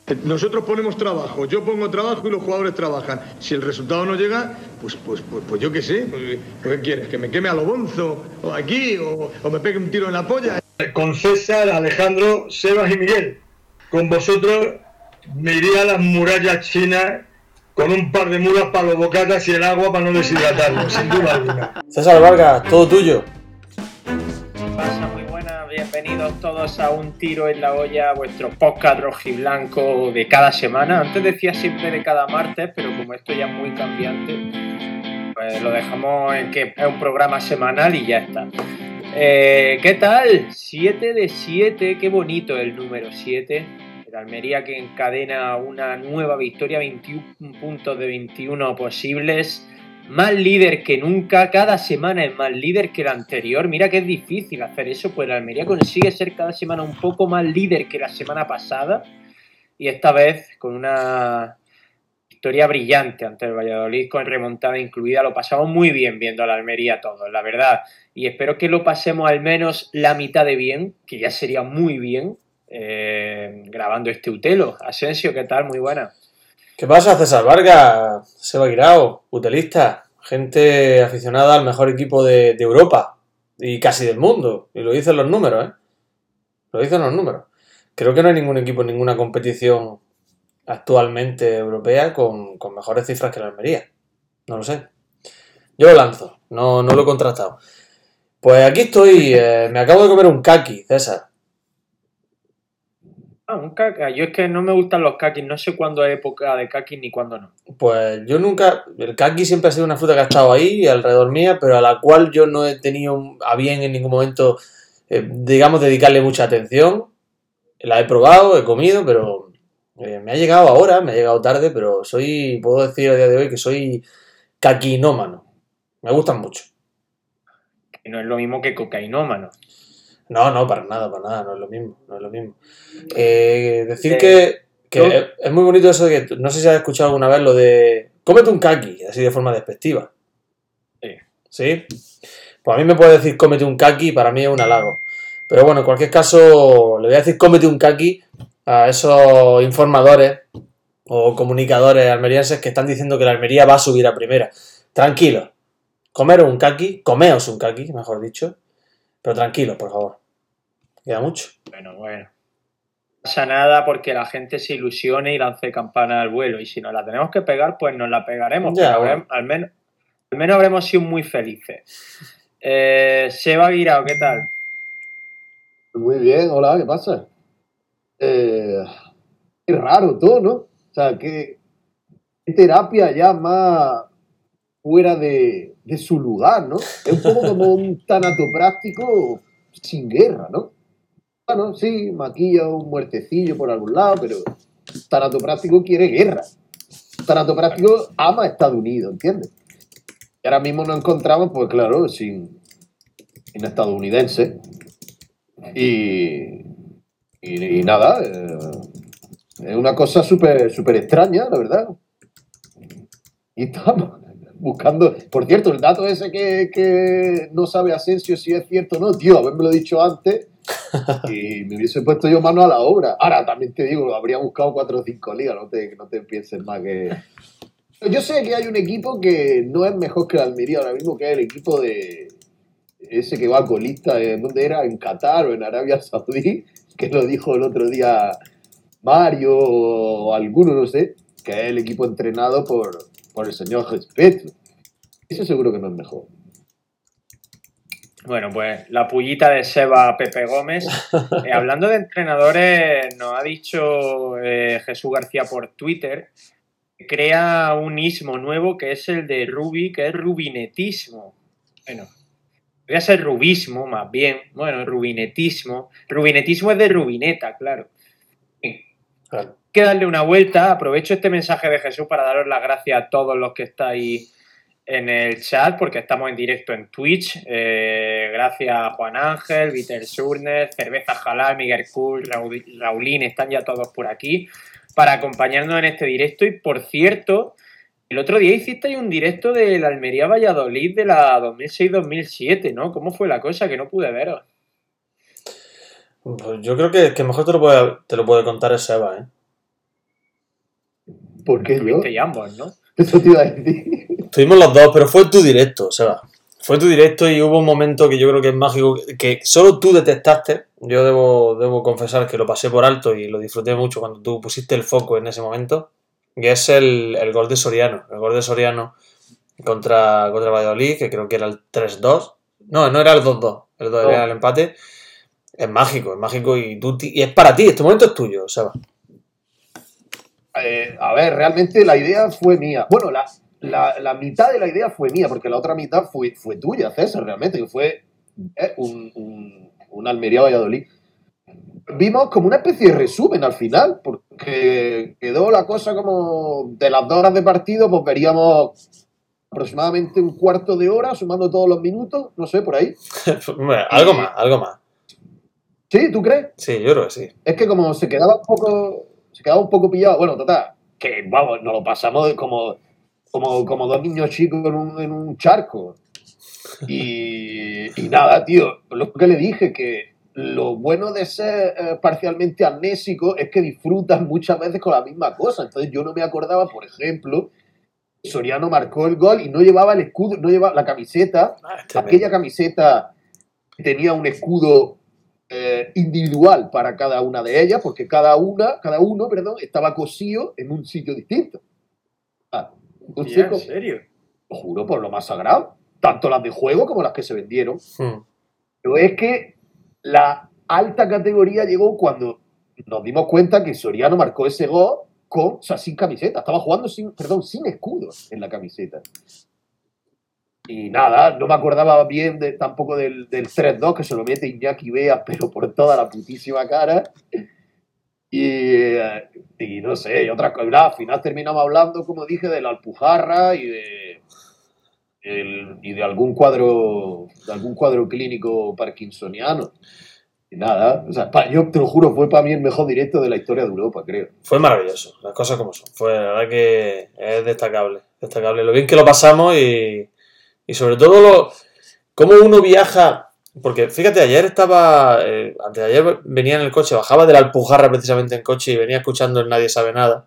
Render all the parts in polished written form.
Nosotros ponemos trabajo, yo pongo trabajo y los jugadores trabajan. Si el resultado no llega, pues yo qué sé. ¿Qué quieres? ¿Que me queme a lo bonzo? ¿O aquí? ¿O me pegue un tiro en la polla? Con César, Alejandro, Sebas y Miguel. Con vosotros me iría a las murallas chinas con un par de mulas para los bocatas y el agua para no deshidratarlo, sin duda alguna. César Vargas, todo tuyo. Pasa, muy buenas, bienvenidos todos a Un Tiro en la Olla, vuestro podcast rojiblanco de cada semana. Antes decía siempre de cada martes, pero como esto ya es muy cambiante, pues lo dejamos en que es un programa semanal y ya está. ¿Qué tal? 7 de 7, qué bonito el número 7. El Almería que encadena una nueva victoria, 21 puntos de 21 posibles. Más líder que nunca, cada semana es más líder que la anterior. Mira que es difícil hacer eso, pues el Almería consigue ser cada semana un poco más líder que la semana pasada. Y esta vez con una victoria brillante ante el Valladolid, con remontada incluida. Lo pasamos muy bien viendo a la Almería todos, la verdad. Y espero que lo pasemos al menos la mitad de bien, que ya sería muy bien, grabando este Utelo. Asensio, ¿qué tal? Muy buena. ¿Qué pasa, César Vargas? Seba Guirao, utelista, gente aficionada al mejor equipo de Europa y casi del mundo. Y lo dicen los números, ¿eh? Lo dicen los números. Creo que no hay ningún equipo en ninguna competición actualmente europea con mejores cifras que la Almería. No lo sé. Yo lo lanzo, no lo he contrastado. Pues aquí estoy, me acabo de comer un kaki, César. Un caca. Yo es que no me gustan los kakis, no sé cuándo es época de kakis ni cuándo no. Pues yo nunca, el kaki siempre ha sido una fruta que ha estado ahí alrededor mía, pero a la cual yo no he tenido a bien en ningún momento, digamos, dedicarle mucha atención. La he probado, he comido, pero me ha llegado ahora, me ha llegado tarde, pero puedo decir a día de hoy que soy kakinómano. Me gustan mucho. Que no es lo mismo que cocainómano. No, para nada, no es lo mismo, no es lo mismo. Decir que es muy bonito eso de que, no sé si has escuchado alguna vez lo de cómete un kaki, así de forma despectiva. Sí. ¿Sí? Pues a mí me puede decir cómete un kaki y para mí es un halago. Pero bueno, en cualquier caso, le voy a decir cómete un kaki a esos informadores o comunicadores almerienses que están diciendo que la Almería va a subir a primera. Tranquilos, comeos un kaki, mejor dicho. Pero tranquilos, por favor. Queda mucho. Bueno. No pasa nada porque la gente se ilusione y lance campana al vuelo. Y si nos la tenemos que pegar, pues nos la pegaremos. Ya, pero bueno. al menos habremos sido muy felices. Seba Guirao, ¿qué tal? Muy bien, hola, ¿qué pasa? Qué raro todo, ¿no? O sea, qué terapia ya más fuera de su lugar, ¿no? Es un poco como un tanatopráctico sin guerra, ¿no? Bueno, sí, maquilla un muertecillo por algún lado, pero tanatopráctico quiere guerra. Tanatopráctico ama a Estados Unidos, ¿entiendes? Y ahora mismo nos encontramos, pues claro, sin estadounidenses. Y nada, es una cosa súper extraña, la verdad. Y estamos buscando. Por cierto, el dato ese que no sabe Asensio si es cierto o no, tío, haberme lo dicho antes y me hubiese puesto yo mano a la obra. Ahora también te digo, lo habría buscado 4 o 5 ligas, no te pienses más que. Yo sé que hay un equipo que no es mejor que el Almería ahora mismo, que es el equipo de ese que va colista, ¿dónde era? ¿En Qatar o en Arabia Saudí? Que lo dijo el otro día Mario o alguno, no sé, que es el equipo entrenado por el señor Gespeto. Ese seguro que no es mejor. Bueno, pues la pullita de Seba Pepe Gómez. Hablando de entrenadores, nos ha dicho Jesús García por Twitter que crea un ismo nuevo que es el de Rubi, que es rubinetismo. Bueno, voy a ser rubismo más bien. Bueno, rubinetismo. Rubinetismo es de rubineta, claro. Hay que darle una vuelta. Aprovecho este mensaje de Jesús para daros las gracias a todos los que estáis en el chat, porque estamos en directo en Twitch. Gracias a Juan Ángel, Viter Surner, Cerveza Jalal, Miguel Cool, Raulín, están ya todos por aquí para acompañarnos en este directo. Y por cierto, el otro día hicisteis un directo de la Almería Valladolid de la 2006-2007, ¿no? ¿Cómo fue la cosa? Que no pude veros. Pues yo creo que mejor te lo puede contar Seba, ¿eh? ¿Por qué yo? Fuisteis ambos, ¿no? Eso te iba a decir. Estuvimos los dos, pero fue tu directo, Seba. Fue tu directo y hubo un momento que yo creo que es mágico, que solo tú detectaste. Yo debo confesar que lo pasé por alto y lo disfruté mucho cuando tú pusiste el foco en ese momento. Y es el gol de Soriano. El gol de Soriano contra Valladolid, que creo que era el 3-2. No era el 2-2. El 2 era el empate. Es mágico y es para ti. Este momento es tuyo, Seba. A ver, realmente la idea fue mía. Bueno, la mitad de la idea fue mía, porque la otra mitad fue tuya, César, realmente, que fue un Almería Valladolid. Vimos como una especie de resumen al final, porque quedó la cosa como de las 2 horas de partido, pues veríamos aproximadamente un cuarto de hora, sumando todos los minutos, no sé, por ahí. algo más. ¿Sí? ¿Tú crees? Sí, yo creo que sí. Es que como se quedaba un poco pillado, bueno, total, que vamos, nos lo pasamos como dos niños chicos en un charco. Y nada, tío, lo que le dije, que lo bueno de ser parcialmente amnésico es que disfrutas muchas veces con la misma cosa. Entonces yo no me acordaba, por ejemplo, Soriano marcó el gol y no llevaba el escudo, no llevaba la camiseta, aquella camiseta tenía un escudo individual para cada una de ellas, porque cada uno, estaba cosido en un sitio distinto. Entonces, ¿En serio? Lo juro por lo más sagrado, tanto las de juego como las que se vendieron. Pero es que la alta categoría llegó cuando nos dimos cuenta que Soriano marcó ese gol sin camiseta, estaba jugando sin escudo en la camiseta. Y nada, no me acordaba bien tampoco del 3-2, que se lo mete Iñaki Bea, pero por toda la putísima cara. Y no sé, y otras cosas. Al final terminamos hablando, como dije, de la Alpujarra y de algún cuadro clínico parkinsoniano. Y nada, o sea, yo te lo juro, fue para mí el mejor directo de la historia de Europa, creo. Fue maravilloso, las cosas como son. Fue, la verdad que es destacable. Lo bien que lo pasamos y sobre todo cómo uno viaja. Porque fíjate, ayer antes de ayer venía en el coche, bajaba de la Alpujarra precisamente en coche y venía escuchando el Nadie Sabe Nada.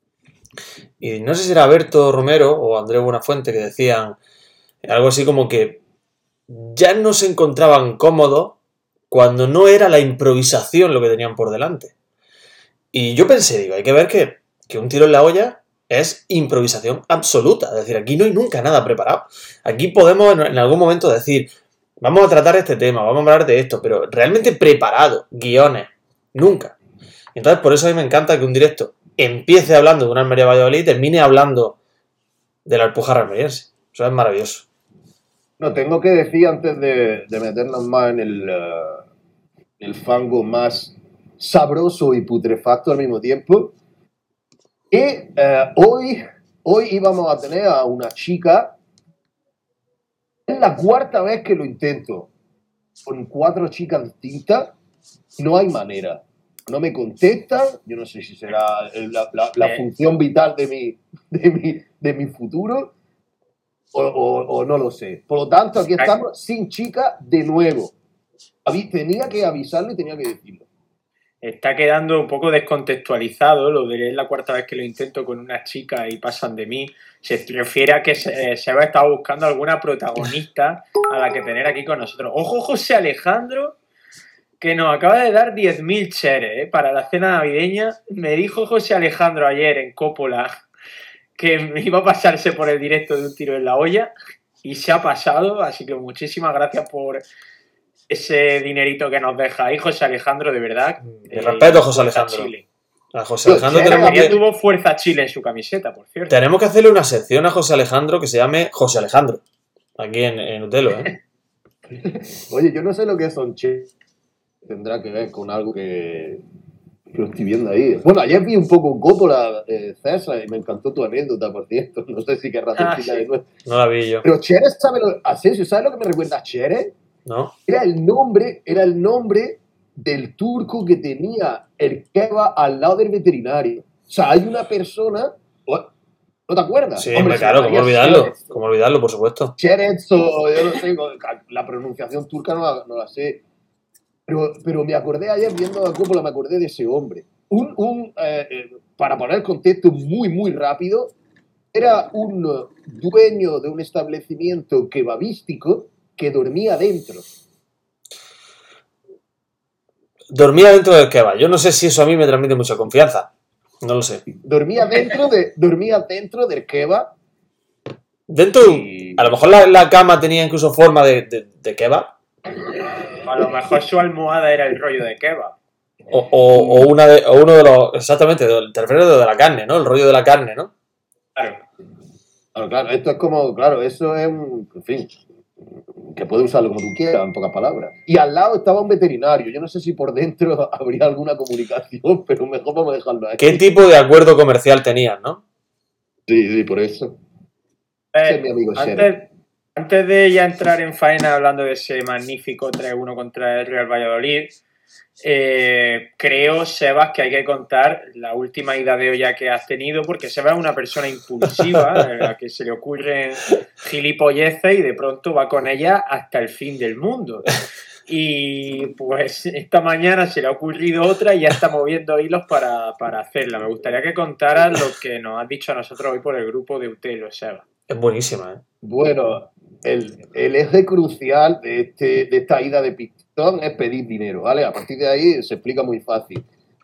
Y no sé si era Berto Romero o Andrés Buenafuente que decían algo así como que ya no se encontraban cómodos cuando no era la improvisación lo que tenían por delante. Y yo pensé, hay que ver que un tiro en la olla es improvisación absoluta. Es decir, aquí no hay nunca nada preparado. Aquí podemos en algún momento decir, vamos a tratar este tema, vamos a hablar de esto, pero realmente preparado, guiones, nunca. Entonces, por eso a mí me encanta que un directo empiece hablando de una Almería Valladolid y termine hablando de la Alpujarra almeriense. Eso es maravilloso. No, tengo que decir, antes de meternos más en el fango más sabroso y putrefacto al mismo tiempo, que hoy íbamos a tener a una chica. Es la 4ª vez que lo intento con 4 chicas distintas. No hay manera. No me contestan. Yo no sé si será la función vital de mi futuro o no lo sé. Por lo tanto, aquí estamos sin chica de nuevo. Tenía que avisarlo y tenía que decirlo. Está quedando un poco descontextualizado lo de es la 4ª vez que lo intento con una chica y pasan de mí. Se refiere a que se ha estado buscando alguna protagonista a la que tener aquí con nosotros. Ojo, José Alejandro, que nos acaba de dar 10.000 cheres para la cena navideña. Me dijo José Alejandro ayer en Coppola que iba a pasarse por el directo de un tiro en la olla y se ha pasado, así que muchísimas gracias por ese dinerito que nos deja ahí, José Alejandro, de verdad. Respeto, José Alejandro. Chile. A José Alejandro tuvo Fuerza Chile en su camiseta, por cierto. Tenemos que hacerle una sección a José Alejandro que se llame José Alejandro. Aquí en Utelo, ¿eh? Oye, yo no sé lo que son cheres. Tendrá que ver con algo que lo estoy viendo ahí. Bueno, ayer vi un poco Coppola, César, y me encantó tu anécdota, por cierto. No sé si querrás decirla de nuevo. No la vi yo. Pero Cheres, ¿sabes lo que me recuerda a Cheres? ¿No? Era el nombre del turco que tenía el kebab al lado del veterinario. O sea, hay una persona... ¿No te acuerdas? Sí, hombre, claro, ¿cómo olvidarlo? ¿Cómo olvidarlo, por supuesto? Cheres o yo no sé, la pronunciación turca no la sé. Pero me acordé ayer viendo a Coppola, me acordé de ese hombre. para poner contexto muy, muy rápido, era un dueño de un establecimiento kebabístico que dormía dentro. Dormía dentro del kebab. Yo no sé si eso a mí me transmite mucha confianza. No lo sé. Dormía dentro del kebab. Dentro, a lo mejor la cama tenía incluso forma de kebab. A lo mejor su almohada era el rollo de kebab. O uno de los. Exactamente, te refieres de la carne, ¿no? El rollo de la carne, ¿no? Claro. Claro, esto es como, claro, eso es un, en fin, que puedes usarlo como tú quieras, en pocas palabras. Y al lado estaba un veterinario. Yo no sé si por dentro habría alguna comunicación, pero mejor vamos a dejarlo aquí. ¿Qué tipo de acuerdo comercial tenían, no? Sí, por eso. Ese es mi amigo Sherry. Antes de ya entrar en faena hablando de ese magnífico 3-1 contra el Real Valladolid, creo, Sebas, que hay que contar la última ida de olla que has tenido, porque Sebas es una persona impulsiva, a la que se le ocurren gilipolleces y de pronto va con ella hasta el fin del mundo. Y pues esta mañana se le ha ocurrido otra y ya está moviendo hilos para hacerla. Me gustaría que contaras lo que nos has dicho a nosotros hoy por el grupo de Utelo, Sebas. Es buenísima, ¿eh? Bueno, el eje crucial de esta ida de pistón es pedir dinero, ¿vale? A partir de ahí se explica muy fácil.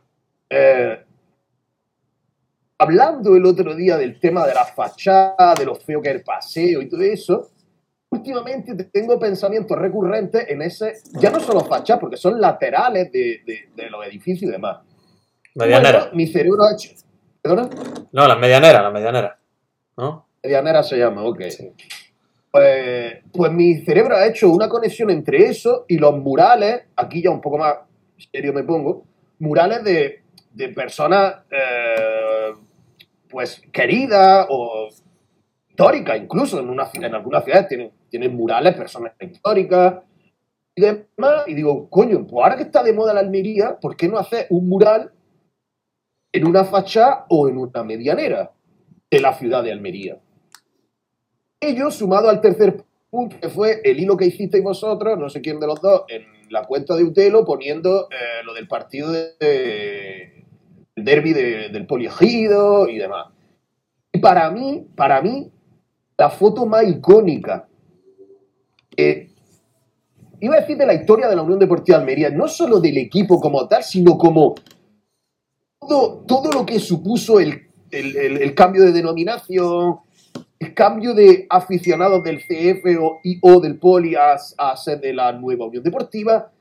Hablando el otro día del tema de la fachada, de lo feo que es el paseo y todo eso, últimamente tengo pensamientos recurrentes en ese, ya no solo fachadas, porque son laterales de los edificios y demás. Medianera. Bueno, mi cerebro ha hecho... ¿Perdona? No, las medianeras, ¿no? Medianera se llama, ok. Sí. Pues mi cerebro ha hecho una conexión entre eso y los murales, aquí ya un poco más serio me pongo, murales de personas pues queridas o históricas, incluso en algunas ciudades tienen murales, personas históricas y demás, y digo, coño, pues ahora que está de moda la Almería, ¿por qué no hacer un mural en una fachada o en una medianera de la ciudad de Almería? Ello, sumado al tercer punto, que fue el hilo que hicisteis vosotros, no sé quién de los dos, en la cuenta de Utelo, poniendo lo del partido del derbi del Poliegido y demás. Y para mí, la foto más icónica, iba a decir de la historia de la Unión Deportiva Almería, no solo del equipo como tal, sino como todo lo que supuso el cambio de denominación, el cambio de aficionados del CF o del Poli a ser de la nueva Unión Deportiva,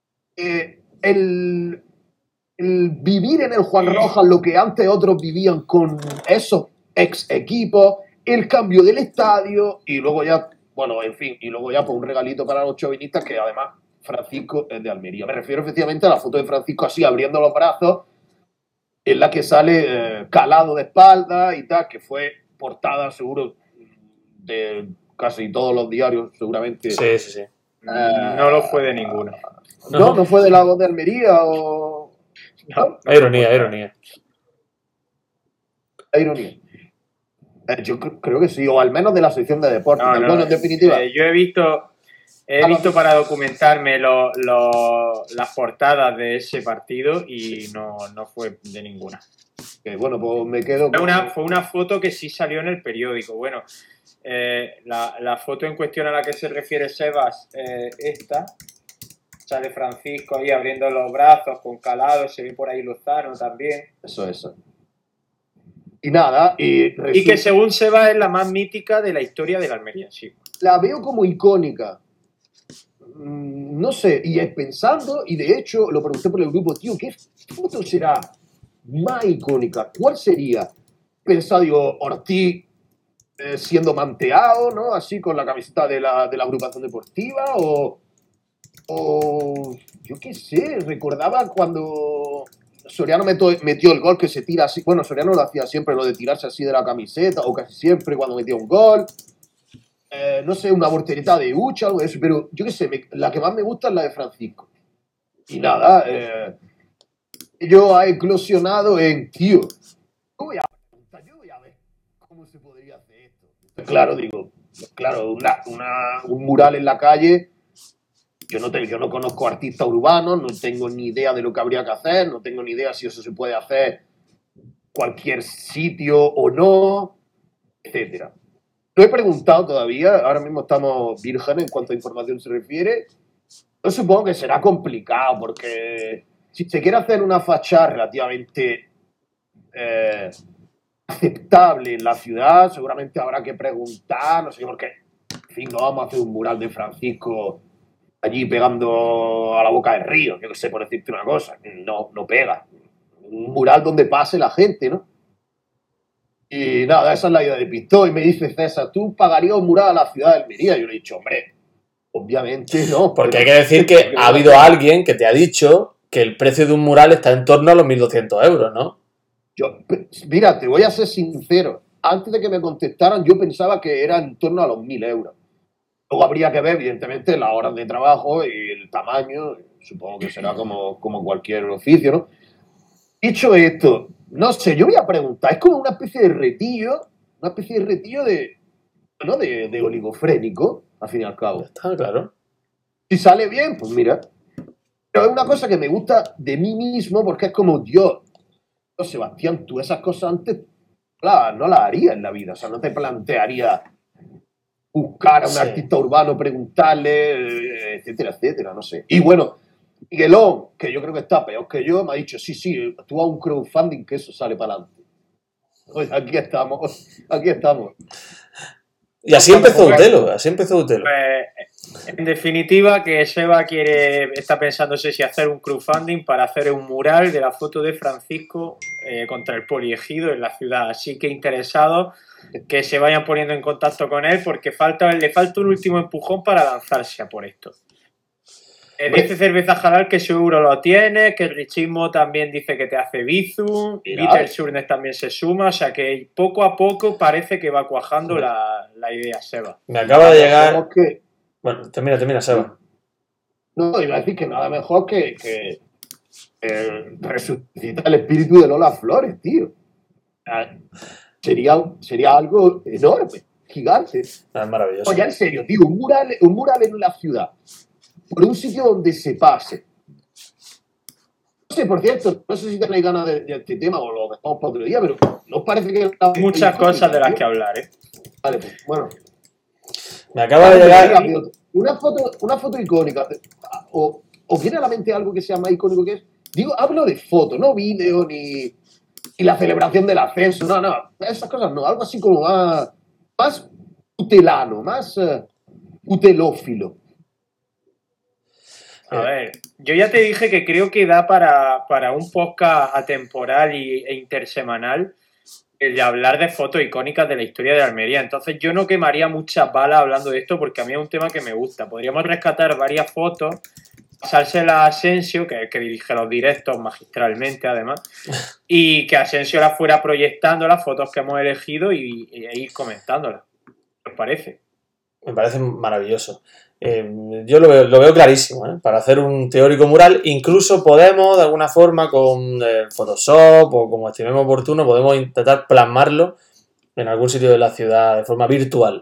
el vivir en el Juan Rojas lo que antes otros vivían con esos ex equipos, el cambio del estadio y luego ya, bueno, en fin, y luego ya pues un regalito para los chauvinistas que además Francisco es de Almería. Me refiero efectivamente a la foto de Francisco así abriendo los brazos, en la que sale calado de espalda y tal, que fue portada seguro de casi todos los diarios, seguramente. Sí. No lo fue de ninguno. No fue de La Voz de Almería o... No, ironía. Ironía. Yo creo que sí, o al menos de la sección de deportes. No, bueno, en definitiva. Yo he visto para documentarme las portadas de ese partido y no fue de ninguna. Bueno, pues me quedo con... Fue una foto que sí salió en el periódico. Bueno, la foto en cuestión a la que se refiere Sebas, esta, sale Francisco ahí abriendo los brazos con calado, se ve por ahí Lozano también. Eso. Y nada, y que según Sebas es la más mítica de la historia de la Almería, sí. La veo como icónica. No sé, y pensando, y de hecho lo pregunté por el grupo, tío, ¿qué foto será más icónica? ¿Cuál sería? Pensado, digo, Ortiz siendo manteado, ¿no? Así con la camiseta de la agrupación deportiva, o yo qué sé, recordaba cuando Soriano metió el gol que se tira así, bueno, Soriano lo hacía siempre, lo de tirarse así de la camiseta, o casi siempre cuando metía un gol. No sé, una voltereta de Ucha, algo de eso, pero yo qué sé, la que más me gusta es la de Francisco. Y nada, yo ha eclosionado en, tío, yo voy a ver cómo se podría hacer esto. Claro, un mural en la calle, yo no conozco artistas urbanos, no tengo ni idea de lo que habría que hacer, no tengo ni idea si eso se puede hacer cualquier sitio o no, etcétera. No he preguntado todavía, ahora mismo estamos vírgenes en cuanto a información se refiere. Yo supongo que será complicado porque si se quiere hacer una fachada relativamente aceptable en la ciudad, seguramente habrá que preguntar, no sé por qué. En fin, no vamos a hacer un mural de Francisco allí pegando a la boca del río, yo que sé, por decirte una cosa. No, no pega. Un mural donde pase la gente, ¿no? Y nada, esa es la idea de Pistó. Y me dice César, ¿tú pagarías un mural a la ciudad de Almería? Yo le he dicho, hombre, obviamente no. Porque hay que decir que ha habido alguien que te ha dicho que el precio de un mural está en torno a los 1.200 euros, ¿no? Mira, te voy a ser sincero. Antes de que me contestaran, yo pensaba que era en torno a los 1.000 euros. Luego habría que ver, evidentemente, las horas de trabajo y el tamaño. Supongo que será como cualquier oficio, ¿no? Dicho esto, no sé, yo voy a preguntar. Es como una especie de retillo de oligofrénico, al fin y al cabo. Está claro. Si sale bien, pues mira. Pero es una cosa que me gusta de mí mismo porque es como, Dios, Sebastián, tú esas cosas antes no las harías en la vida. O sea, no te plantearías buscar a un artista urbano, preguntarle, etcétera, etcétera, no sé. Y bueno, Miguelón, que yo creo que está peor que yo, me ha dicho, sí, tú a un crowdfunding que eso sale para adelante. Pues aquí estamos. Y así empezó Utelo, En definitiva, que Seba está pensándose si hacer un crowdfunding para hacer un mural de la foto de Francisco contra el poliegido en la ciudad. Así que interesados que se vayan poniendo en contacto con él porque le falta un último empujón para lanzarse a por esto. Dice Cerveza Halal que seguro lo tiene, que el Richismo también dice que te hace Bizum, Peter Surnes también se suma, o sea que poco a poco parece que va cuajando la idea, Seba. Me acaba de llegar... Bueno, termina, Seba. No, iba a decir que nada mejor que resucita el espíritu de Lola Flores, tío. Sería algo enorme, gigante. Es maravilloso. Oye, en serio, tío, un mural en la ciudad, por un sitio donde se pase. No sé, por cierto, no sé si tenéis ganas de este tema o lo dejamos para otro día, pero ¿no os parece que... Hay muchas cosas de las que hablar, ¿eh? Vale, pues, bueno. Me acaba de llegar... Una foto icónica, o viene a la mente algo que sea más icónico que es... Digo, hablo de foto, no vídeo, ni la celebración del ascenso, no, esas cosas no, algo así como más utelano, más utelófilo. A ver, yo ya te dije que creo que da para un podcast atemporal e intersemanal el de hablar de fotos icónicas de la historia de Almería. Entonces yo no quemaría muchas balas hablando de esto porque a mí es un tema que me gusta. Podríamos rescatar varias fotos, pasárselas a Asensio, que es el que dirige los directos magistralmente además, y que Asensio las fuera proyectando las fotos que hemos elegido y ir comentándolas. ¿Qué os parece? Me parece maravilloso. Yo lo veo clarísimo, ¿eh? Para hacer un teórico mural, incluso podemos, de alguna forma, con Photoshop o como estimemos oportuno, podemos intentar plasmarlo en algún sitio de la ciudad de forma virtual.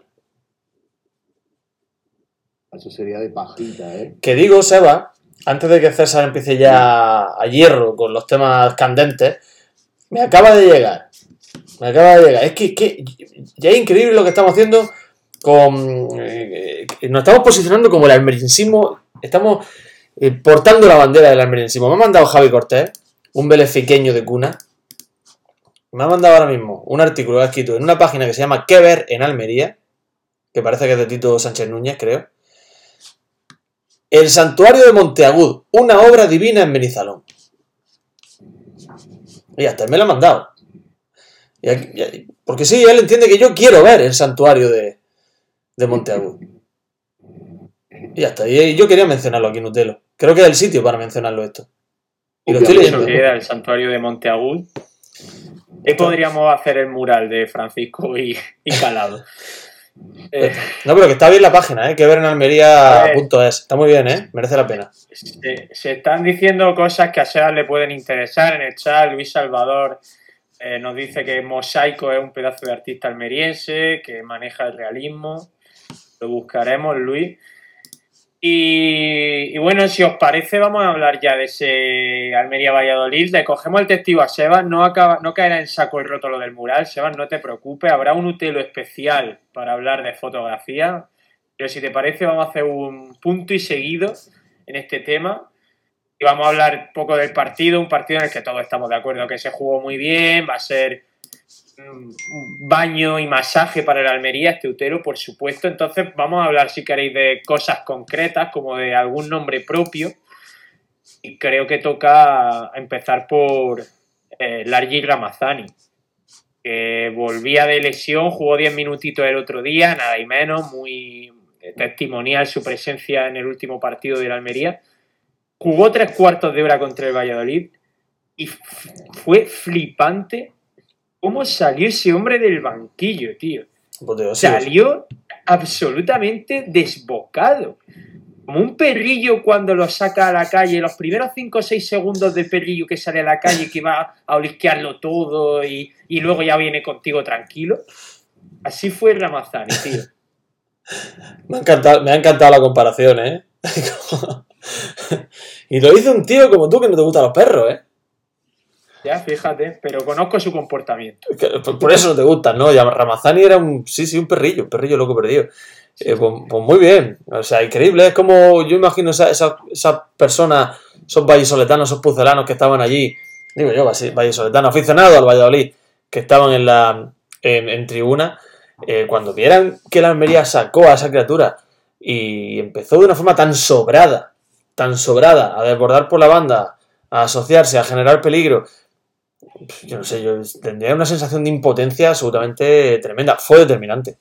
Eso sería de pajita, ¿eh? Que digo, Seba, antes de que César empiece ya a hierro con los temas candentes, me acaba de llegar. Es que ya es increíble lo que estamos haciendo. Nos estamos posicionando como el almeriencismo, estamos portando la bandera del almeriencismo. Me ha mandado Javi Cortés, un belefiqueño de cuna, me ha mandado ahora mismo un artículo que ha escrito en una página que se llama ¿Qué ver en Almería? Que parece que es de Tito Sánchez Núñez, creo. El santuario de Monteagud, una obra divina en Benizalón. Y hasta él me lo ha mandado. Porque sí, él entiende que yo quiero ver el santuario de Monteagud. Y ya está. Y yo quería mencionarlo aquí en Utelo. Creo que es el sitio para mencionarlo esto. Y lo estoy leyendo. Eso queda el santuario de Monteagud. Ahí podríamos hacer el mural de Francisco y Calado. No, pero que está bien la página, que ver en Almería.es. Está muy bien, merece la pena. Se están diciendo cosas que a Seba le pueden interesar en el chat. Luis Salvador nos dice que Mosaico es un pedazo de artista almeriense que maneja el realismo. Lo buscaremos, Luis. Y bueno, si os parece, vamos a hablar ya de ese Almería-Valladolid. Le cogemos el testigo a Sebas, no caerá en saco el roto lo del mural. Sebas, no te preocupes, habrá un Utelo especial para hablar de fotografía. Pero si te parece, vamos a hacer un punto y seguido en este tema. Y vamos a hablar un poco del partido, un partido en el que todos estamos de acuerdo que se jugó muy bien, va a ser un baño y masaje para el Almería, este Utelo, por supuesto. Entonces vamos a hablar, si queréis, de cosas concretas, como de algún nombre propio. Y creo que toca empezar por Largi Ramazani, que volvía de lesión, jugó 10 minutitos el otro día, nada y menos, muy testimonial su presencia en el último partido del Almería. Jugó 3/4 de hora contra el Valladolid y fue flipante cómo salió ese hombre del banquillo, tío. Salió absolutamente desbocado. Como un perrillo cuando lo saca a la calle, los primeros 5 o 6 segundos de perrillo que sale a la calle, que va a olisquearlo todo y luego ya viene contigo tranquilo. Así fue Ramazani, tío. Me ha encantado la comparación, ¿eh? Y lo hizo un tío como tú que no te gustan los perros, ¿eh? Ya, fíjate, pero conozco su comportamiento. Por eso no te gustan, ¿no? Ramazani era un perrillo loco perdido. Pues muy bien, o sea, increíble. Es como, yo imagino esas personas, esos vallisoletanos, esos pucelanos que estaban allí, digo yo, vallisoletanos, aficionados al Valladolid, que estaban en tribuna, cuando vieran que la Almería sacó a esa criatura y empezó de una forma tan sobrada, a desbordar por la banda, a asociarse, a generar peligro. Yo no sé, yo tendría una sensación de impotencia absolutamente tremenda. Fue determinante.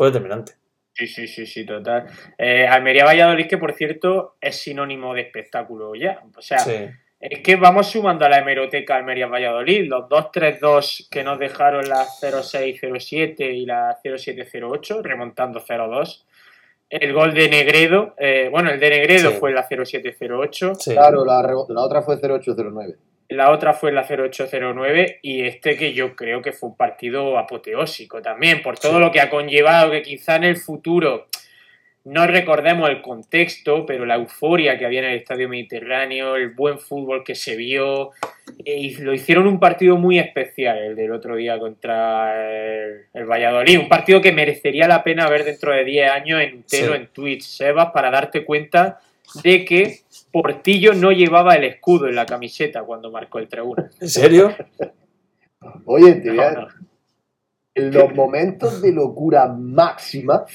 Sí, total. Almería-Valladolid, que por cierto es sinónimo de espectáculo ya. O sea, sí. Es que vamos sumando a la hemeroteca Almería-Valladolid, los 2-3-2 que nos dejaron la 0-6-0-7 y la 0-7-0-8, remontando 0-2. El gol de Negredo, el de Negredo sí. Fue la 0-7-0-8. Sí. Claro, la otra fue 0-8-0-9. La otra fue la 0-8-0-9 y que yo creo que fue un partido apoteósico también, por todo lo que ha conllevado, que quizá en el futuro no recordemos el contexto, pero la euforia que había en el Estadio Mediterráneo, el buen fútbol que se vio, y lo hicieron un partido muy especial, el del otro día contra el Valladolid, un partido que merecería la pena ver dentro de 10 años entero en Twitch, Sebas, para darte cuenta de que Portillo no llevaba el escudo en la camiseta cuando marcó el 3-1. ¿En serio? Oye, en los momentos de locura máxima,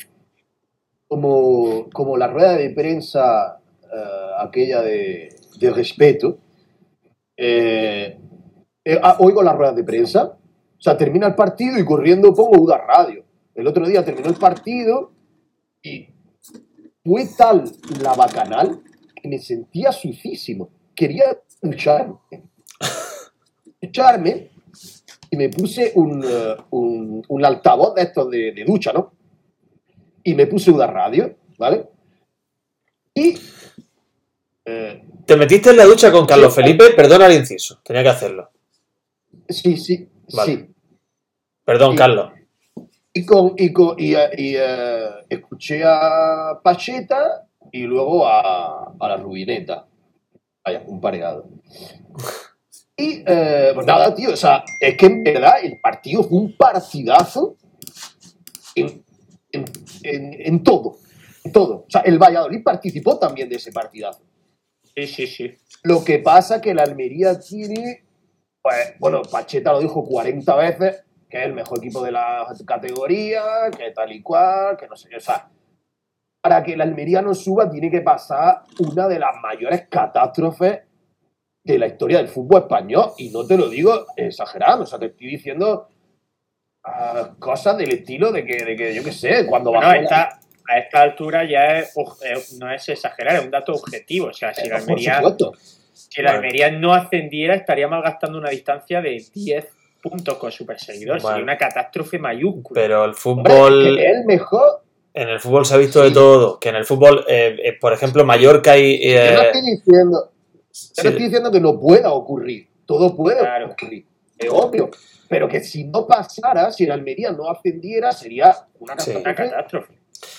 como la rueda de prensa aquella de respeto, oigo la rueda de prensa, o sea, termina el partido y corriendo pongo UDA Radio. El otro día terminó el partido y fue tal la bacanal que me sentía suicísimo. Quería ducharme y me puse un altavoz de estos de ducha, ¿no? Y me puse UDA Radio, ¿vale? Y... ¿Te metiste en la ducha con Carlos Felipe? Perdona el inciso, tenía que hacerlo. Sí, vale. Sí. Perdón, Carlos. Y escuché a Pacheta y luego a la Rubineta. Vaya, un pareado. Y pues nada, tío, o sea, es que en verdad el partido fue un partidazo en todo. O sea, el Valladolid participó también de ese partidazo. Sí. Lo que pasa es que la Almería tiene, pues, bueno, Pacheta lo dijo 40 veces, que es el mejor equipo de la categoría, que tal y cual, que no sé qué. O sea, para que la Almería no suba tiene que pasar una de las mayores catástrofes de la historia del fútbol español. Y no te lo digo exagerado, o sea, te estoy diciendo cosas del estilo de que yo qué sé, cuando bajó a esta altura ya no es exagerar, es un dato objetivo. O sea, si la Almería no ascendiera, estaría malgastando una distancia de 10 puntos con su perseguidor. Sería una catástrofe mayúscula. Pero el fútbol... Hombre, es el mejor... En el fútbol se ha visto de todo. Que en el fútbol, por ejemplo, Mallorca y... Yo no estoy diciendo que no pueda ocurrir. Todo puede ocurrir. Es obvio. Pero que si no pasara, si el Almería no ascendiera, sería una catástrofe.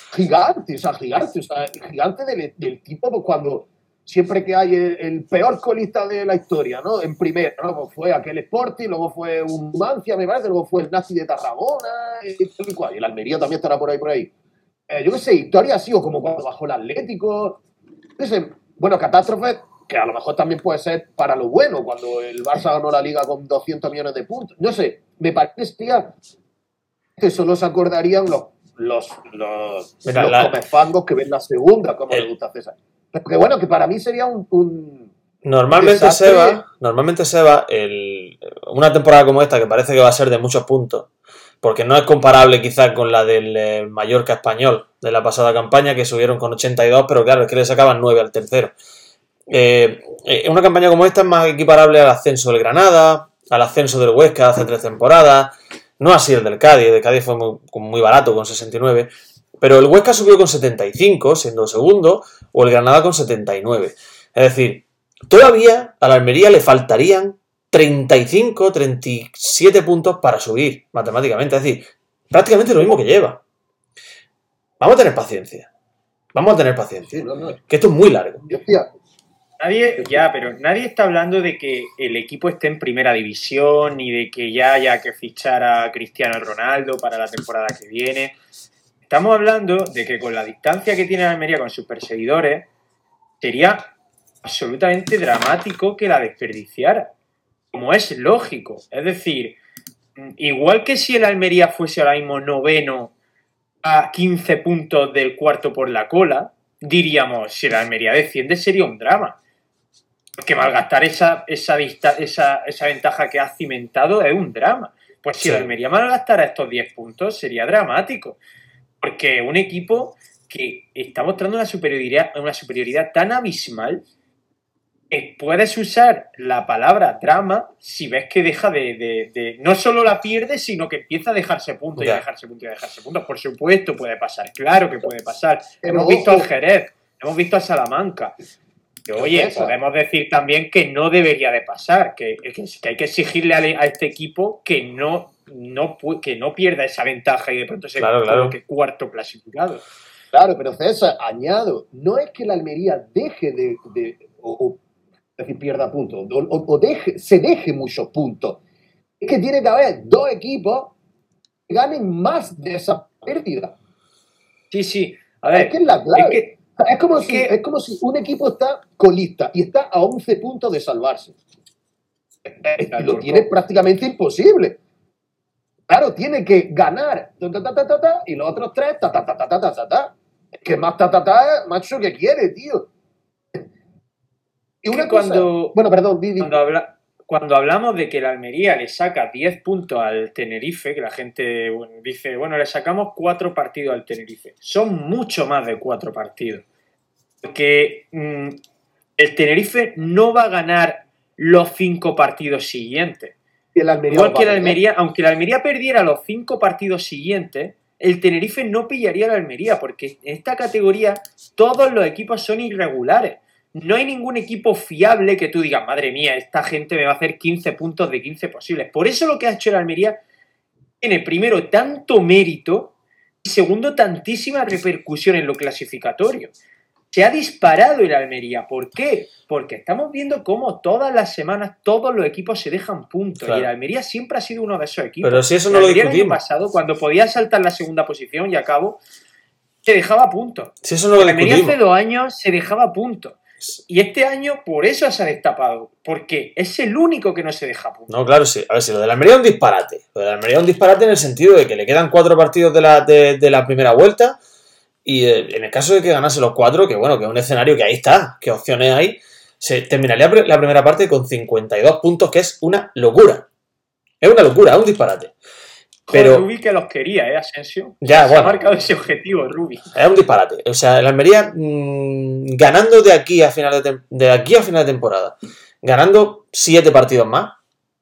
gigante, gigante del tipo, pues, cuando siempre que hay el peor colista de la historia, ¿no? En primera, luego fue aquel Sporting, luego fue un Numancia, me parece, luego fue el Nazi de Tarragona, y el Almería también estará por ahí. Yo qué sé, historia así, o como cuando bajó el Atlético, no sé, bueno, catástrofes, que a lo mejor también puede ser para lo bueno, cuando el Barça ganó la Liga con 200 millones de puntos, no sé, me parecía que solo se acordarían los comefangos que ven la segunda, como le gusta a César. Porque bueno, que para mí sería un Normalmente, Seba, una temporada como esta, que parece que va a ser de muchos puntos, porque no es comparable quizás con la del Mallorca Español de la pasada campaña, que subieron con 82, pero claro, es que le sacaban 9 al tercero. Una campaña como esta es más equiparable al ascenso del Granada, al ascenso del Huesca hace 3 temporadas, no así el del Cádiz fue muy barato con 69, pero el Huesca subió con 75, siendo segundo, o el Granada con 79. Es decir, todavía a la Almería le faltarían 35, 37 puntos para subir matemáticamente. Es decir, prácticamente lo mismo que lleva. Vamos a tener paciencia. Sí, no. Que esto es muy largo. Pero nadie está hablando de que el equipo esté en primera división ni de que ya haya que fichar a Cristiano Ronaldo para la temporada que viene. Estamos hablando de que con la distancia que tiene Almería con sus perseguidores, sería absolutamente dramático que la desperdiciara, como es lógico. Es decir, igual que si el Almería fuese ahora mismo noveno a 15 puntos del cuarto por la cola, diríamos, si el Almería desciende sería un drama. Porque malgastar esa ventaja que ha cimentado es un drama. Pues si el Almería malgastara estos 10 puntos sería dramático. Porque un equipo que está mostrando una superioridad tan abismal, puedes usar la palabra drama si ves que deja de no solo la pierde, sino que empieza a dejarse puntos y a dejarse puntos. Por supuesto puede pasar, claro que puede pasar. Hemos visto al Jerez, hemos visto al Salamanca. Que, oye, podemos decir también que no debería de pasar, que hay que exigirle a este equipo que no pierda esa ventaja y de pronto se coloque cuarto clasificado. Claro, pero César, añado, no es que la Almería deje es decir, pierda puntos, se deje muchos puntos. Es que tiene que haber 2 equipos que ganen más de esa pérdida. Sí. A ver, es que es la clave. Es como si un equipo está colista y está a 11 puntos de salvarse. Lo tiene prácticamente imposible. Claro, tiene que ganar y los otros 3 Es que más macho, que quiere, tío. Y una cosa... Bueno, perdón, Didi. Cuando hablamos de que el Almería le saca 10 puntos al Tenerife, que la gente dice, bueno, le sacamos 4 partidos al Tenerife. Son mucho más de 4 partidos. Porque el Tenerife no va a ganar los 5 partidos siguientes. Igual que el Almería, aunque el Almería perdiera los 5 partidos siguientes, el Tenerife no pillaría a la Almería, porque en esta categoría todos los equipos son irregulares. No hay ningún equipo fiable que tú digas, madre mía, esta gente me va a hacer 15 puntos de 15 posibles. Por eso lo que ha hecho el Almería tiene, primero, tanto mérito y segundo, tantísima repercusión en lo clasificatorio. Se ha disparado el Almería. ¿Por qué? Porque estamos viendo cómo todas las semanas todos los equipos se dejan puntos. Claro. Y el Almería siempre ha sido uno de esos equipos. Pero si eso no lo discutimos. El año pasado, cuando podía saltar la segunda posición y a cabo, se dejaba puntos. Si eso no lo discutimos. El Almería hace 2 años se dejaba puntos. Y este año por eso se ha destapado. Porque es el único que no se deja puntos. No, claro, sí. A ver, si lo del Almería es un disparate. Lo del Almería es un disparate en el sentido de que le quedan 4 partidos de la primera vuelta. Y en el caso de que ganase los 4, que bueno, que es un escenario que ahí está, qué opciones hay, se terminaría la primera parte con 52 puntos, que es una locura. Es una locura, es un disparate. Pero Rubí que los quería, Asensio. Ya, se ha marcado ese objetivo, Rubí. Es un disparate. O sea, el Almería ganando de aquí a final de temporada, ganando 7 partidos más,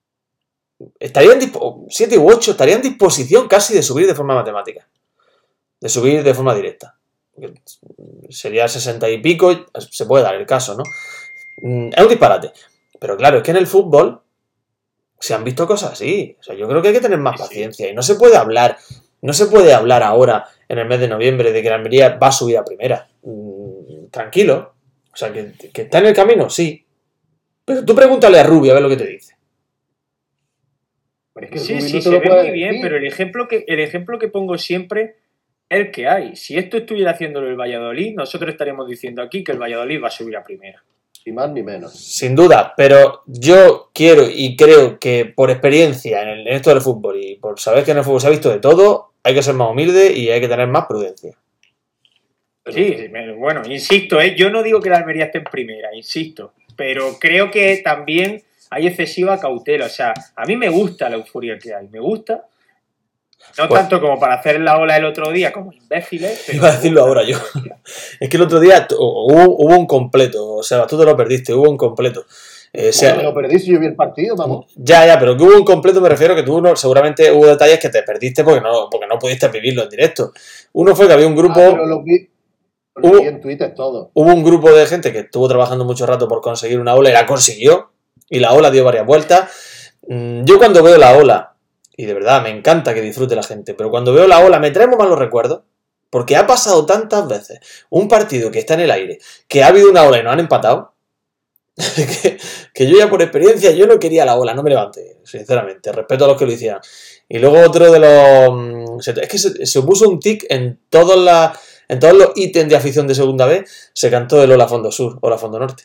7 u 8, estaría en disposición casi de subir de forma matemática. De subir de forma directa. Sería 60 y pico, se puede dar el caso, ¿no? Es un disparate. Pero claro, es que en el fútbol se han visto cosas así. O sea, yo creo que hay que tener más paciencia. Y no se puede hablar No se puede hablar ahora, en el mes de noviembre, de que la Almería va a subir a primera. Tranquilo. O sea, que está en el camino, sí. Pero tú pregúntale a Rubio a ver lo que te dice. Pero es que Sí, Rubio sí, no te se lo ve puede muy bien, decir. pero el ejemplo que pongo siempre es el que hay. Si esto estuviera haciéndolo el Valladolid, nosotros estaríamos diciendo aquí que el Valladolid va a subir a primera. Ni más ni menos. Sin duda, pero yo quiero y creo que por experiencia en esto del fútbol y por saber que en el fútbol se ha visto de todo, hay que ser más humilde y hay que tener más prudencia. Sí, bueno, insisto, yo no digo que la Almería esté en primera, insisto, pero creo que también hay excesiva cautela. O sea, a mí me gusta la euforia que hay, me gusta. No Pues- tanto como para hacer la ola el otro día como imbéciles. Pero Iba a decirlo ahora yo. Es que el otro día hubo un completo, o sea, tú te lo perdiste, hubo un completo. Me lo perdí si yo vi el partido, vamos. Ya, pero que hubo un completo me refiero que tú seguramente hubo detalles que te perdiste porque no pudiste vivirlo en directo. Uno fue que había un grupo... Pero lo vi en Twitter todo. Hubo un grupo de gente que estuvo trabajando mucho rato por conseguir una ola y la consiguió. Y la ola dio varias vueltas. Yo cuando veo la ola, y de verdad me encanta que disfrute la gente, pero cuando veo la ola me trae muy malos recuerdos. Porque ha pasado tantas veces un partido que está en el aire, que ha habido una ola y nos han empatado, que yo ya por experiencia, yo no quería la ola, no me levanté, sinceramente. Respeto a los que lo hicieran. Y luego otro de los... Es que se puso un tic en todos los ítems de afición de segunda B, se cantó el Ola Fondo Sur, Ola Fondo Norte.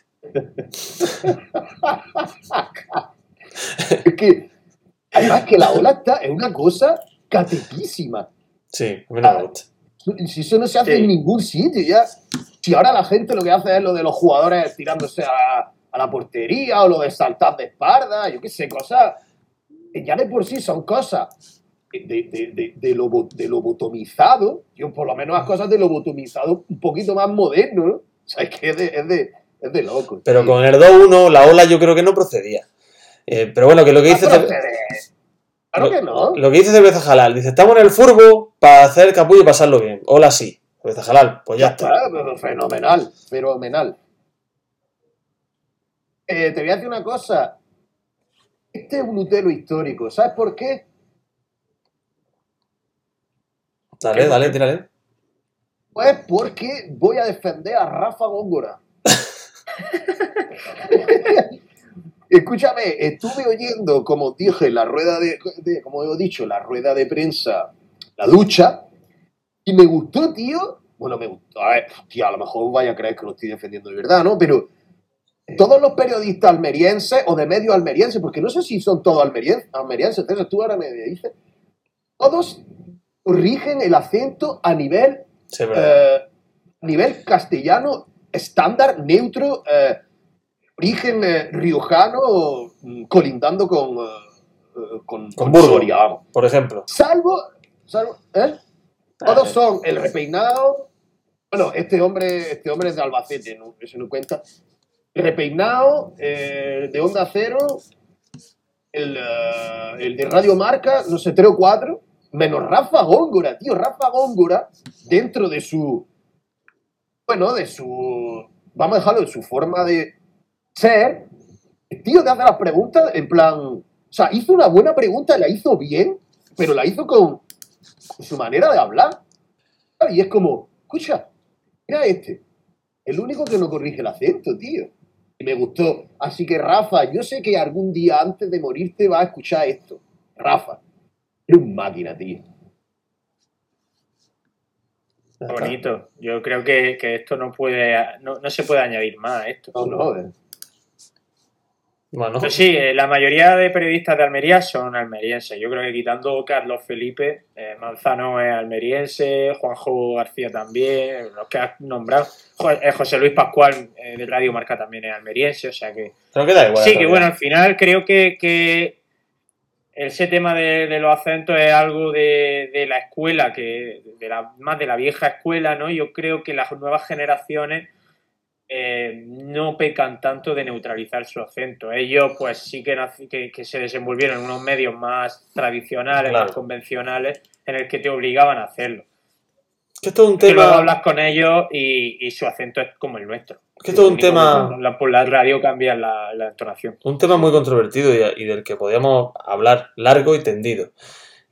Es que, además que la ola es una cosa catequísima. Sí, a mí no me gusta. Si eso no se hace en ningún sitio, ya. Si ahora la gente lo que hace es lo de los jugadores tirándose a la portería o lo de saltar de espalda, yo qué sé, cosas que ya de por sí son cosas de lo botomizado, yo por lo menos las cosas de lo botomizado un poquito más moderno, ¿no? O sea, es que es de loco. Pero tío. con el 2-1 la ola yo creo que no procedía. Pero bueno, que lo que dice... Claro que no. Lo que dice Cerveza Halal, dice, estamos en el furbo para hacer capullo y pasarlo bien. Hola, sí. Cerveza Halal, pues ya está. Pero fenomenal. Te voy a decir una cosa. Este es un Utelo histórico. ¿Sabes por qué? Dale, tírale. Pues porque voy a defender a Rafa Góngora. Escúchame, estuve oyendo, como dije, la rueda como he dicho, la rueda de prensa, la ducha, y me gustó, tío. Bueno, me gustó. A ver, tío, a lo mejor vaya a creer que lo estoy defendiendo de verdad, ¿no? Pero todos los periodistas almerienses o de medios almerienses, porque no sé si son todos almerienses, César, tú ahora me dices, todos corrigen el acento a nivel, Sí, verdad. nivel castellano estándar, neutro, origen riojano, colindando con Burgos, Soria, vamos. por ejemplo. Salvo, todos son el repeinado. Bueno, este hombre es de Albacete, ¿no? Eso no cuenta. El repeinado, de Onda Cero, el de Radio Marca, no sé, 3 o 4, menos Rafa Góngora, tío. Rafa Góngora, dentro de su. Bueno, vamos a dejarlo de su forma de ser. El tío te hace las preguntas en plan. O sea, hizo una buena pregunta, la hizo bien, pero la hizo con su manera de hablar. Y es como, escucha, mira el único que no corrige el acento, tío. Y me gustó. Así que, Rafa, yo sé que algún día antes de morirte vas a escuchar esto. Rafa, eres un máquina, tío. Bonito. Yo creo que esto no se puede añadir más a esto. No. Bueno, Pues sí, la mayoría de periodistas de Almería son almerienses. Yo creo que quitando Carlos Felipe, Manzano es almeriense, Juanjo García también, los que has nombrado. José Luis Pascual de Radio Marca también es almeriense, o sea que... pero que da igual. Sí, que bueno, al final creo que ese tema de los acentos es algo de la escuela, más de la vieja escuela, ¿no? Yo creo que las nuevas generaciones no pecan tanto de neutralizar su acento. Ellos pues sí que se desenvolvieron en unos medios más tradicionales, Claro. más convencionales, en el que te obligaban a hacerlo. Que esto es un Que luego tema... hablas con ellos y su acento es como el nuestro. Que esto es un tema... Por la radio cambian la entonación. Un tema muy controvertido y del que podíamos hablar largo y tendido.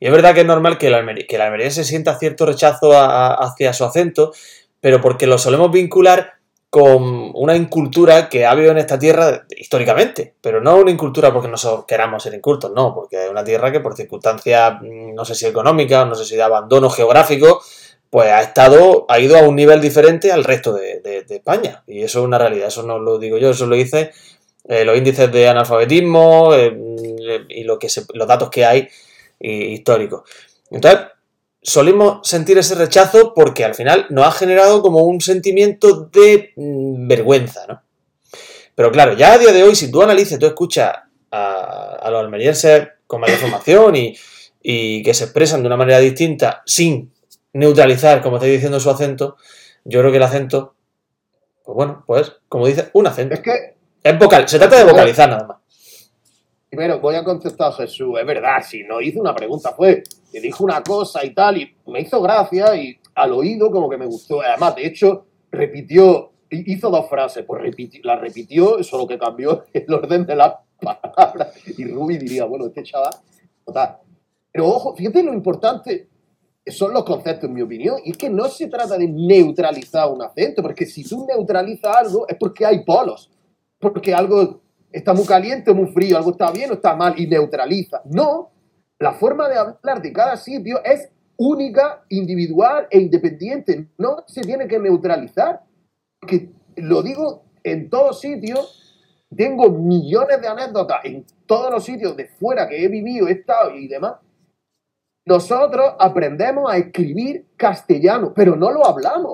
Y es verdad que es normal que el almeriense sienta cierto rechazo hacia su acento, pero porque lo solemos vincular con una incultura que ha habido en esta tierra históricamente, pero no una incultura porque nosotros queramos ser incultos, no, porque es una tierra que por circunstancias, no sé si económicas, no sé si de abandono geográfico, pues ha ido a un nivel diferente al resto de España, y eso es una realidad, eso no lo digo yo, eso lo dice los índices de analfabetismo y los datos que hay históricos. Entonces, solimos sentir ese rechazo porque al final nos ha generado como un sentimiento de vergüenza, ¿no? Pero claro, ya a día de hoy, si tú analices, tú escuchas a los almerienses con mayor formación y que se expresan de una manera distinta sin neutralizar, como estáis diciendo, su acento, yo creo que el acento, pues bueno, pues como dice, un acento. Es vocal, se trata de vocalizar nada más. Primero, voy a contestar a Jesús. Es verdad, si no hizo una pregunta, fue que dijo una cosa y tal, y me hizo gracia y al oído como que me gustó. Además, de hecho, hizo dos frases, pues la repitió, solo que cambió el orden de las palabras. Y Rubi diría, bueno, este chaval, total. Pero ojo, fíjate lo importante son los conceptos, en mi opinión, y es que no se trata de neutralizar un acento, porque si tú neutralizas algo es porque hay polos, porque algo está muy caliente o muy frío, algo está bien o está mal, y neutraliza. No, la forma de hablar de cada sitio es única, individual e independiente. No se tiene que neutralizar. Que lo digo en todos sitios, tengo millones de anécdotas en todos los sitios de fuera que he vivido, he estado y demás. Nosotros aprendemos a escribir castellano, pero no lo hablamos.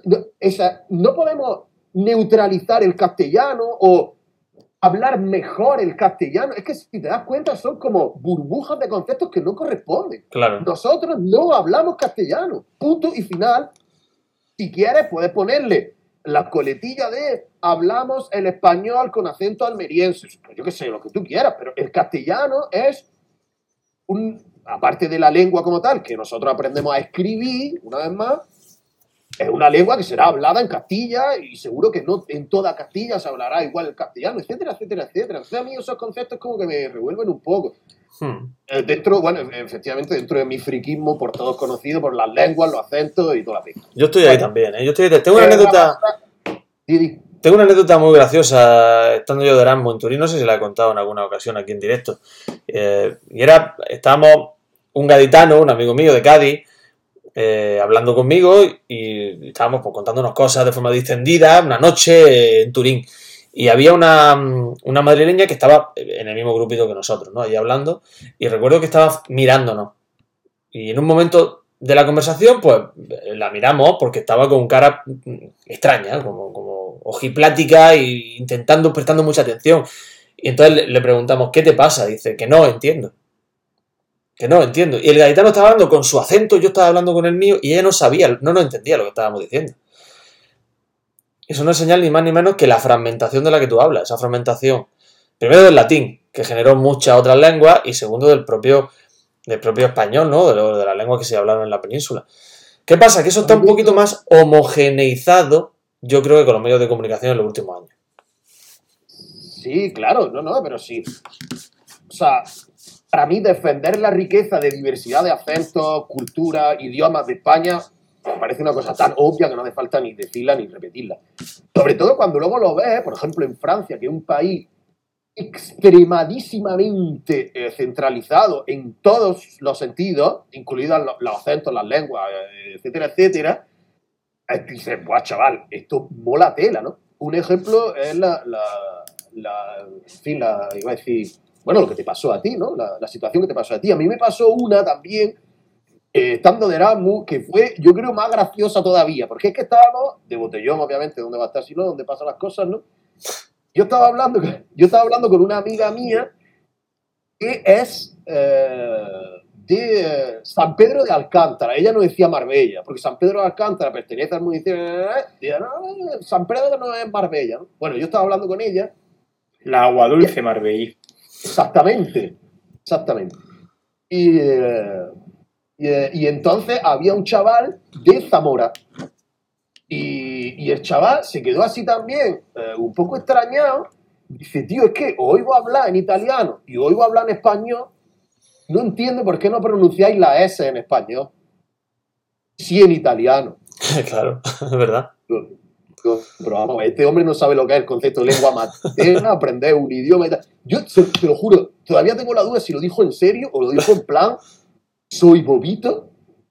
No podemos neutralizar el castellano o hablar mejor el castellano. Es que si te das cuenta son como burbujas de conceptos que no corresponden. Claro. Nosotros no hablamos castellano. Punto y final. Si quieres puedes ponerle la coletilla de hablamos el español con acento almeriense. Yo qué sé, lo que tú quieras, pero el castellano es aparte de la lengua como tal, que nosotros aprendemos a escribir, una vez más, es una lengua que será hablada en Castilla y seguro que no en toda Castilla se hablará igual el castellano, etcétera, etcétera, etcétera. Entonces a mí esos conceptos como que me revuelven un poco. Efectivamente, dentro de mi friquismo, por todos conocido, por las lenguas, los acentos y toda la pica. Yo estoy ahí también, ¿eh? Tengo una anécdota... Tengo una anécdota muy graciosa, estando yo de Erasmus en Turín, no sé si la he contado en alguna ocasión aquí en directo. Estábamos un gaditano, un amigo mío de Cádiz, hablando conmigo y estábamos pues, contándonos cosas de forma distendida una noche en Turín. Y había una madrileña que estaba en el mismo grupito que nosotros, ¿no? Allí hablando, y recuerdo que estaba mirándonos. Y en un momento de la conversación, pues la miramos porque estaba con cara extraña, como ojiplática e prestando mucha atención. Y entonces le preguntamos, ¿qué te pasa? Dice, que no entiendo. Que no entiendo. Y el gaditano estaba hablando con su acento, yo estaba hablando con el mío, y ella no nos entendía lo que estábamos diciendo. Eso no es señal ni más ni menos que la fragmentación de la que tú hablas, esa fragmentación, primero del latín, que generó muchas otras lenguas, y segundo del propio español, ¿no? De las lenguas que se hablaron en la península. ¿Qué pasa? Que eso está un poquito más homogeneizado, yo creo que con los medios de comunicación en los últimos años. Sí, claro, pero sí. O sea, para mí defender la riqueza de diversidad de acentos, culturas, idiomas de España me parece una cosa tan obvia que no hace falta ni decirla ni repetirla. Sobre todo cuando luego lo ves, por ejemplo, en Francia, que es un país extremadísimamente centralizado en todos los sentidos, incluidos los acentos, las lenguas, etcétera, etcétera, dices, buah, chaval, esto mola tela, ¿no? Un ejemplo es iba a decir, bueno, lo que te pasó a ti, ¿no? La situación que te pasó a ti. A mí me pasó una también, estando de Erasmus, que fue, yo creo, más graciosa todavía, porque es que estábamos, de botellón, obviamente, ¿dónde va a estar si no? ¿Dónde pasan las cosas, no? Yo estaba hablando con una amiga mía que es de San Pedro de Alcántara. Ella no decía Marbella, porque San Pedro de Alcántara pertenece al municipio de... No, San Pedro no es Marbella, ¿no? Bueno, yo estaba hablando con ella. La agua dulce Marbella. Exactamente. Y entonces había un chaval de Zamora. Y el chaval se quedó así también, un poco extrañado. Dice, tío, es que oigo hablar en italiano y oigo hablar en español no entiendo por qué no pronunciáis la S en español. Sí en italiano. Claro, es verdad. Pero vamos, este hombre no sabe lo que es el concepto de lengua materna, aprender un idioma y tal. Yo te lo juro, todavía tengo la duda si lo dijo en serio o lo dijo en plan, soy bobito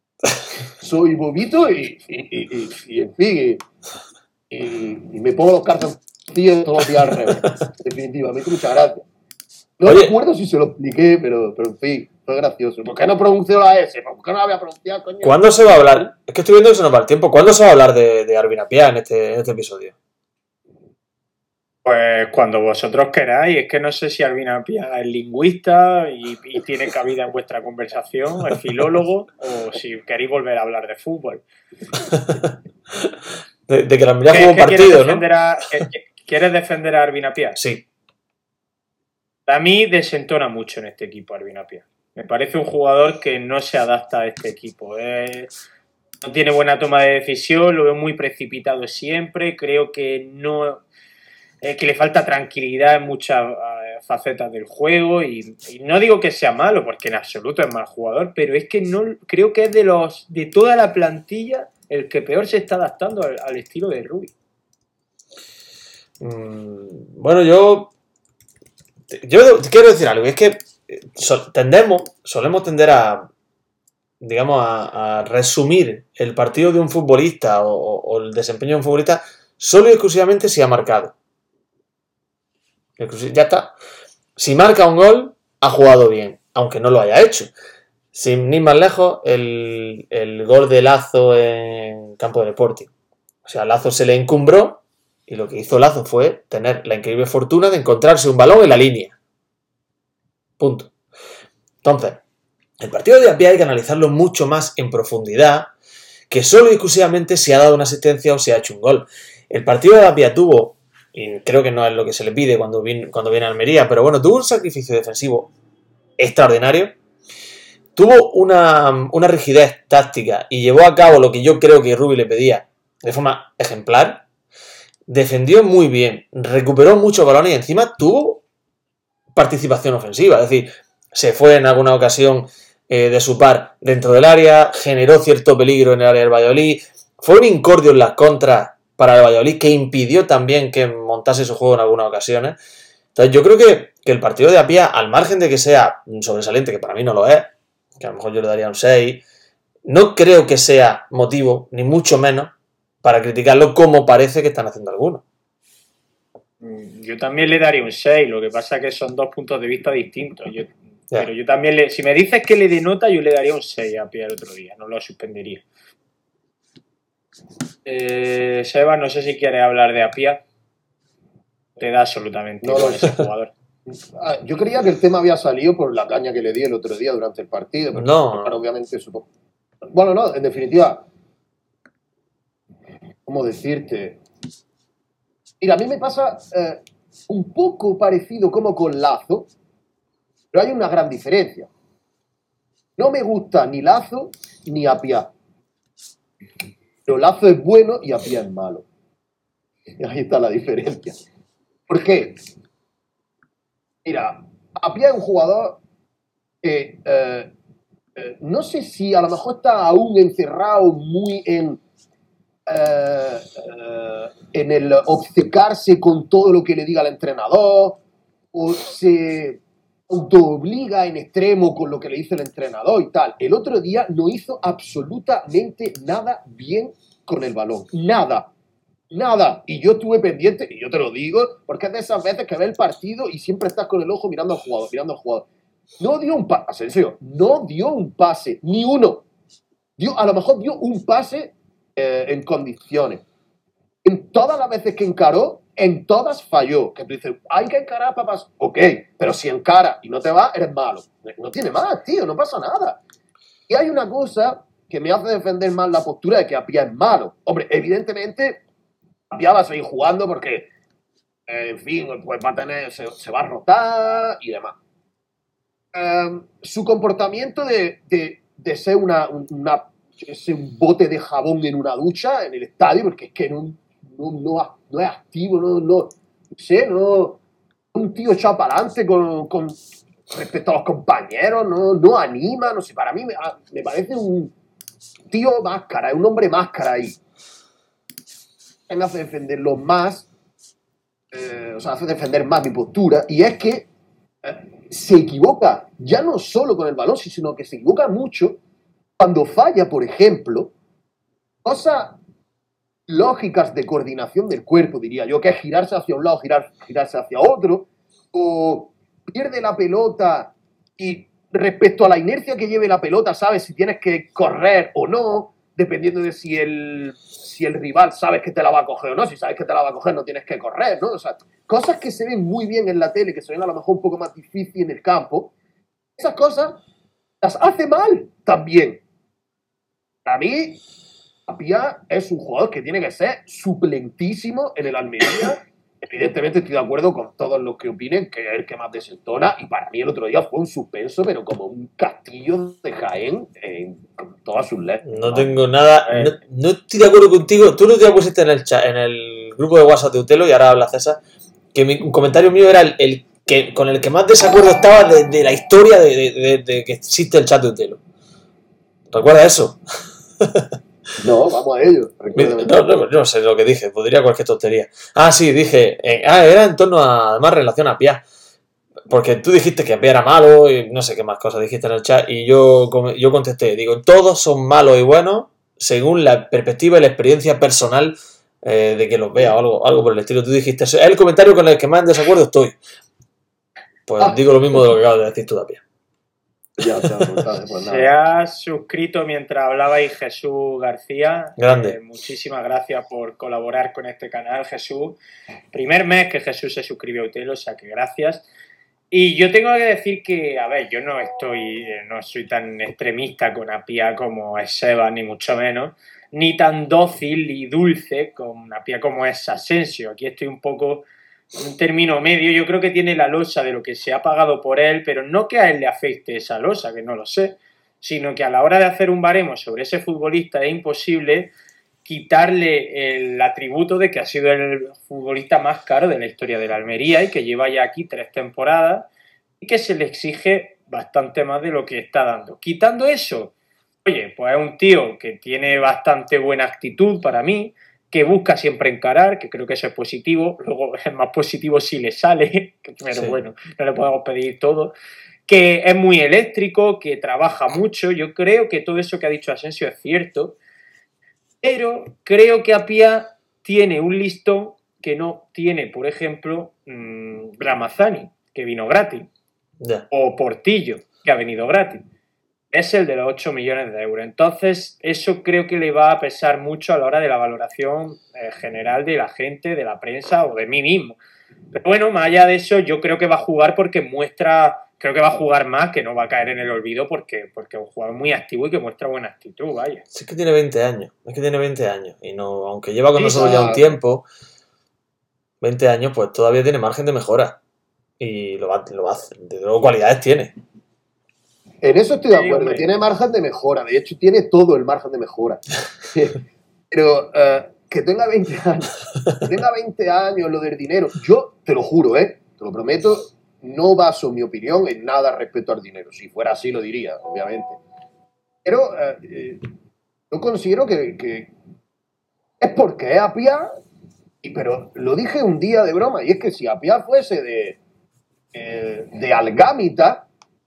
y en fin, y me pongo los calzoncillos todos los días al revés. Definitivamente, muchas gracias. No Oye. recuerdo si se lo expliqué, pero en fin, fue gracioso. ¿Por qué no pronunció la S? ¿Por qué no la había pronunciado, coño? ¿Cuándo se va a hablar? Es que estoy viendo que se nos va el tiempo. ¿Cuándo se va a hablar de Arvin Appiah en este episodio? Pues cuando vosotros queráis. Es que no sé si Arvin Appiah es lingüista y tiene cabida en vuestra conversación, es filólogo, o si queréis volver a hablar de fútbol. De que la Almería jugó un partido, ¿no? ¿Quieres defender a Arvin Appiah? Sí. A mí desentona mucho en este equipo Arvin Appiah. Me parece un jugador que no se adapta a este equipo. No tiene buena toma de decisión, lo veo muy precipitado siempre. Creo que que le falta tranquilidad en muchas facetas del juego. Y no digo que sea malo, porque en absoluto es mal jugador, pero es que no creo que es de toda la plantilla el que peor se está adaptando al estilo de Rubi. Bueno, yo quiero decir algo, y es que solemos tender a, digamos, a resumir el partido de un futbolista o el desempeño de un futbolista solo y exclusivamente si ha marcado. Ya está. Si marca un gol, ha jugado bien, aunque no lo haya hecho. Sin ir más lejos, el gol de Lazo en campo de Sporting. O sea, Lazo se le encumbró y lo que hizo Lazo fue tener la increíble fortuna de encontrarse un balón en la línea. Punto. Entonces, el partido de Appiah hay que analizarlo mucho más en profundidad que solo y exclusivamente si ha dado una asistencia o si ha hecho un gol. El partido de Appiah tuvo, y creo que no es lo que se le pide cuando viene a Almería, pero bueno, tuvo un sacrificio defensivo extraordinario, tuvo una rigidez táctica y llevó a cabo lo que yo creo que Rubi le pedía de forma ejemplar, defendió muy bien, recuperó muchos balones y encima tuvo participación ofensiva, es decir, se fue en alguna ocasión de su par dentro del área, generó cierto peligro en el área del Valladolid, fue un incordio en las contras para el Valladolid que impidió también que montase su juego en algunas ocasiones. Entonces yo creo que el partido de Appiah, al margen de que sea sobresaliente, que para mí no lo es, que a lo mejor yo le daría un 6, no creo que sea motivo, ni mucho menos, para criticarlo como parece que están haciendo algunos. Yo también le daría un 6, lo que pasa es que son dos puntos de vista distintos. Pero yo también, si me dices que le denota, yo le daría un 6 a Appiah el otro día, no lo suspendería. Seba, no sé si quieres hablar de Appiah. Te da absolutamente igual ese jugador. Yo creía que el tema había salido por la caña que le di el otro día durante el partido. Pero no. Obviamente supongo. Bueno, no, en definitiva. ¿Cómo decirte? Mira, a mí me pasa un poco parecido como con Lazo, pero hay una gran diferencia. No me gusta ni Lazo ni Appiah. Pero Lazo es bueno y Appiah es malo. Y ahí está la diferencia. ¿Por qué? Mira, Appiah es un jugador que no sé si a lo mejor está aún encerrado muy en el obcecarse con todo lo que le diga el entrenador, o se autoobliga en extremo con lo que le dice el entrenador y tal. El otro día no hizo absolutamente nada bien con el balón. Nada. Y yo estuve pendiente, y yo te lo digo, porque es de esas veces que ves el partido y siempre estás con el ojo mirando al jugador. No dio un pase, Asensio, no dio un pase, ni uno. A lo mejor dio un pase en condiciones. En todas las veces que encaró, en todas falló. Que tú dices, hay que encarar, papás. Ok, pero si encara y no te va, eres malo. No tiene más, tío, no pasa nada. Y hay una cosa que me hace defender más la postura de que Appiah es malo. Hombre, evidentemente, Appiah va a seguir jugando porque, en fin, pues va a tener, se va a rotar y demás. Su comportamiento de ser un bote de jabón en una ducha en el estadio, porque es que no es activo, no sé, un tío echado para adelante con respecto a los compañeros, no anima, no sé, para mí me parece un tío máscara, es un hombre máscara ahí. Me hace defenderlo más, hace defender más mi postura, y es que se equivoca, ya no solo con el balón, sino que se equivoca mucho cuando falla, por ejemplo, cosas lógicas de coordinación del cuerpo, diría yo, que es girarse hacia un lado, girarse hacia otro, o pierde la pelota y respecto a la inercia que lleve la pelota, sabes si tienes que correr o no, dependiendo de si el rival sabes que te la va a coger o no. Si sabes que te la va a coger, no tienes que correr, ¿no? O sea, cosas que se ven muy bien en la tele, que se ven a lo mejor un poco más difícil en el campo, esas cosas las hace mal también. Para mí, Apia es un jugador que tiene que ser suplentísimo en el Almería. Evidentemente estoy de acuerdo con todos los que opinen que es el que más desentona, y para mí el otro día fue un suspenso, pero como un castillo de Jaén con todas sus letras. No tengo nada, no estoy de acuerdo contigo. Tú el otro día pusiste en el chat, en el grupo de WhatsApp de Utelo, y ahora habla César, que un comentario mío era el que con el que más desacuerdo estaba de la historia de que existe el chat de Utelo. ¿Recuerdas eso? No, vamos a ello. No sé lo que dije, podría cualquier tontería. Sí, dije, era en torno a, además, relación a Piá. Porque tú dijiste que Piá era malo y no sé qué más cosas dijiste en el chat, y yo contesté, digo, todos son malos y buenos según la perspectiva y la experiencia personal de que los vea, o algo por el estilo. Tú dijiste, es el comentario con el que más en desacuerdo estoy. Pues digo lo mismo de lo que acabas de decir tú, Tapia. Ya, pues se ha suscrito mientras hablabais Jesús García. Grande. Muchísimas gracias por colaborar con este canal, Jesús. Primer mes que Jesús se suscribió a Utelo, o sea que gracias. Y yo tengo que decir que, a ver, yo no soy tan extremista con Apia como es Seba, ni mucho menos, ni tan dócil y dulce con Apia como es Asensio. Aquí estoy un poco en un término medio. Yo creo que tiene la losa de lo que se ha pagado por él, pero no que a él le afecte esa losa, que no lo sé, sino que a la hora de hacer un baremo sobre ese futbolista es imposible quitarle el atributo de que ha sido el futbolista más caro de la historia de la Almería y que lleva ya aquí 3 temporadas y que se le exige bastante más de lo que está dando. Quitando eso, oye, pues es un tío que tiene bastante buena actitud para mí, que busca siempre encarar, que creo que eso es positivo. Luego es más positivo si le sale, pero sí, bueno, no le podemos pedir todo. Que es muy eléctrico, que trabaja mucho. Yo creo que todo eso que ha dicho Asensio es cierto, pero creo que Apia tiene un listón que no tiene, por ejemplo, Ramazani, que vino gratis, o Portillo, que ha venido gratis. Es el de los 8 millones de euros. Entonces, eso creo que le va a pesar mucho a la hora de la valoración general de la gente, de la prensa o de mí mismo. Pero bueno, más allá de eso, yo creo que va a jugar porque creo que va a jugar más, que no va a caer en el olvido porque es un jugador muy activo y que muestra buena actitud, vaya. Es que tiene 20 años, y no, aunque lleva con nosotros ya un tiempo, 20 años, pues todavía tiene margen de mejora. Y lo va a hacer. De luego, cualidades tiene. En eso estoy de acuerdo, tiene margen de mejora, de hecho tiene todo el margen de mejora. Pero que tenga 20 años, lo del dinero, yo te lo juro, te lo prometo, no baso mi opinión en nada respecto al dinero. Si fuera así lo diría, obviamente. Pero yo considero que es porque es Apia, pero lo dije un día de broma, y es que si Apia fuese de Algámita,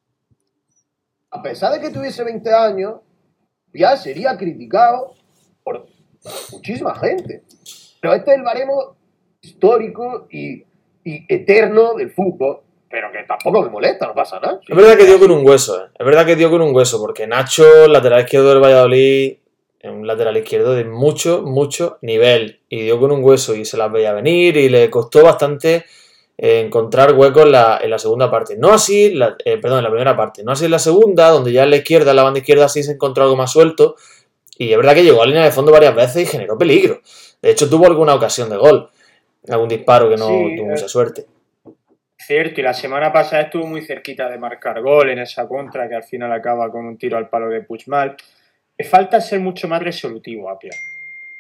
a pesar de que tuviese 20 años, ya sería criticado por muchísima gente. Pero este es el baremo histórico y eterno del fútbol, pero que tampoco me molesta, no pasa nada. Es verdad que dio con un hueso, Es verdad que dio con un hueso, porque Nacho, lateral izquierdo del Valladolid, es un lateral izquierdo de mucho, mucho nivel, y dio con un hueso y se las veía venir y le costó bastante encontrar huecos en la segunda parte. No así, en la primera parte. No así en la segunda, donde ya en la banda izquierda sí se encontró algo más suelto. Y es verdad que llegó a línea de fondo varias veces y generó peligro. De hecho, tuvo alguna ocasión de gol. Algún disparo que no tuvo mucha suerte. Cierto, y la semana pasada estuvo muy cerquita de marcar gol en esa contra que al final acaba con un tiro al palo de Puigmal. Le falta ser mucho más resolutivo, Apia.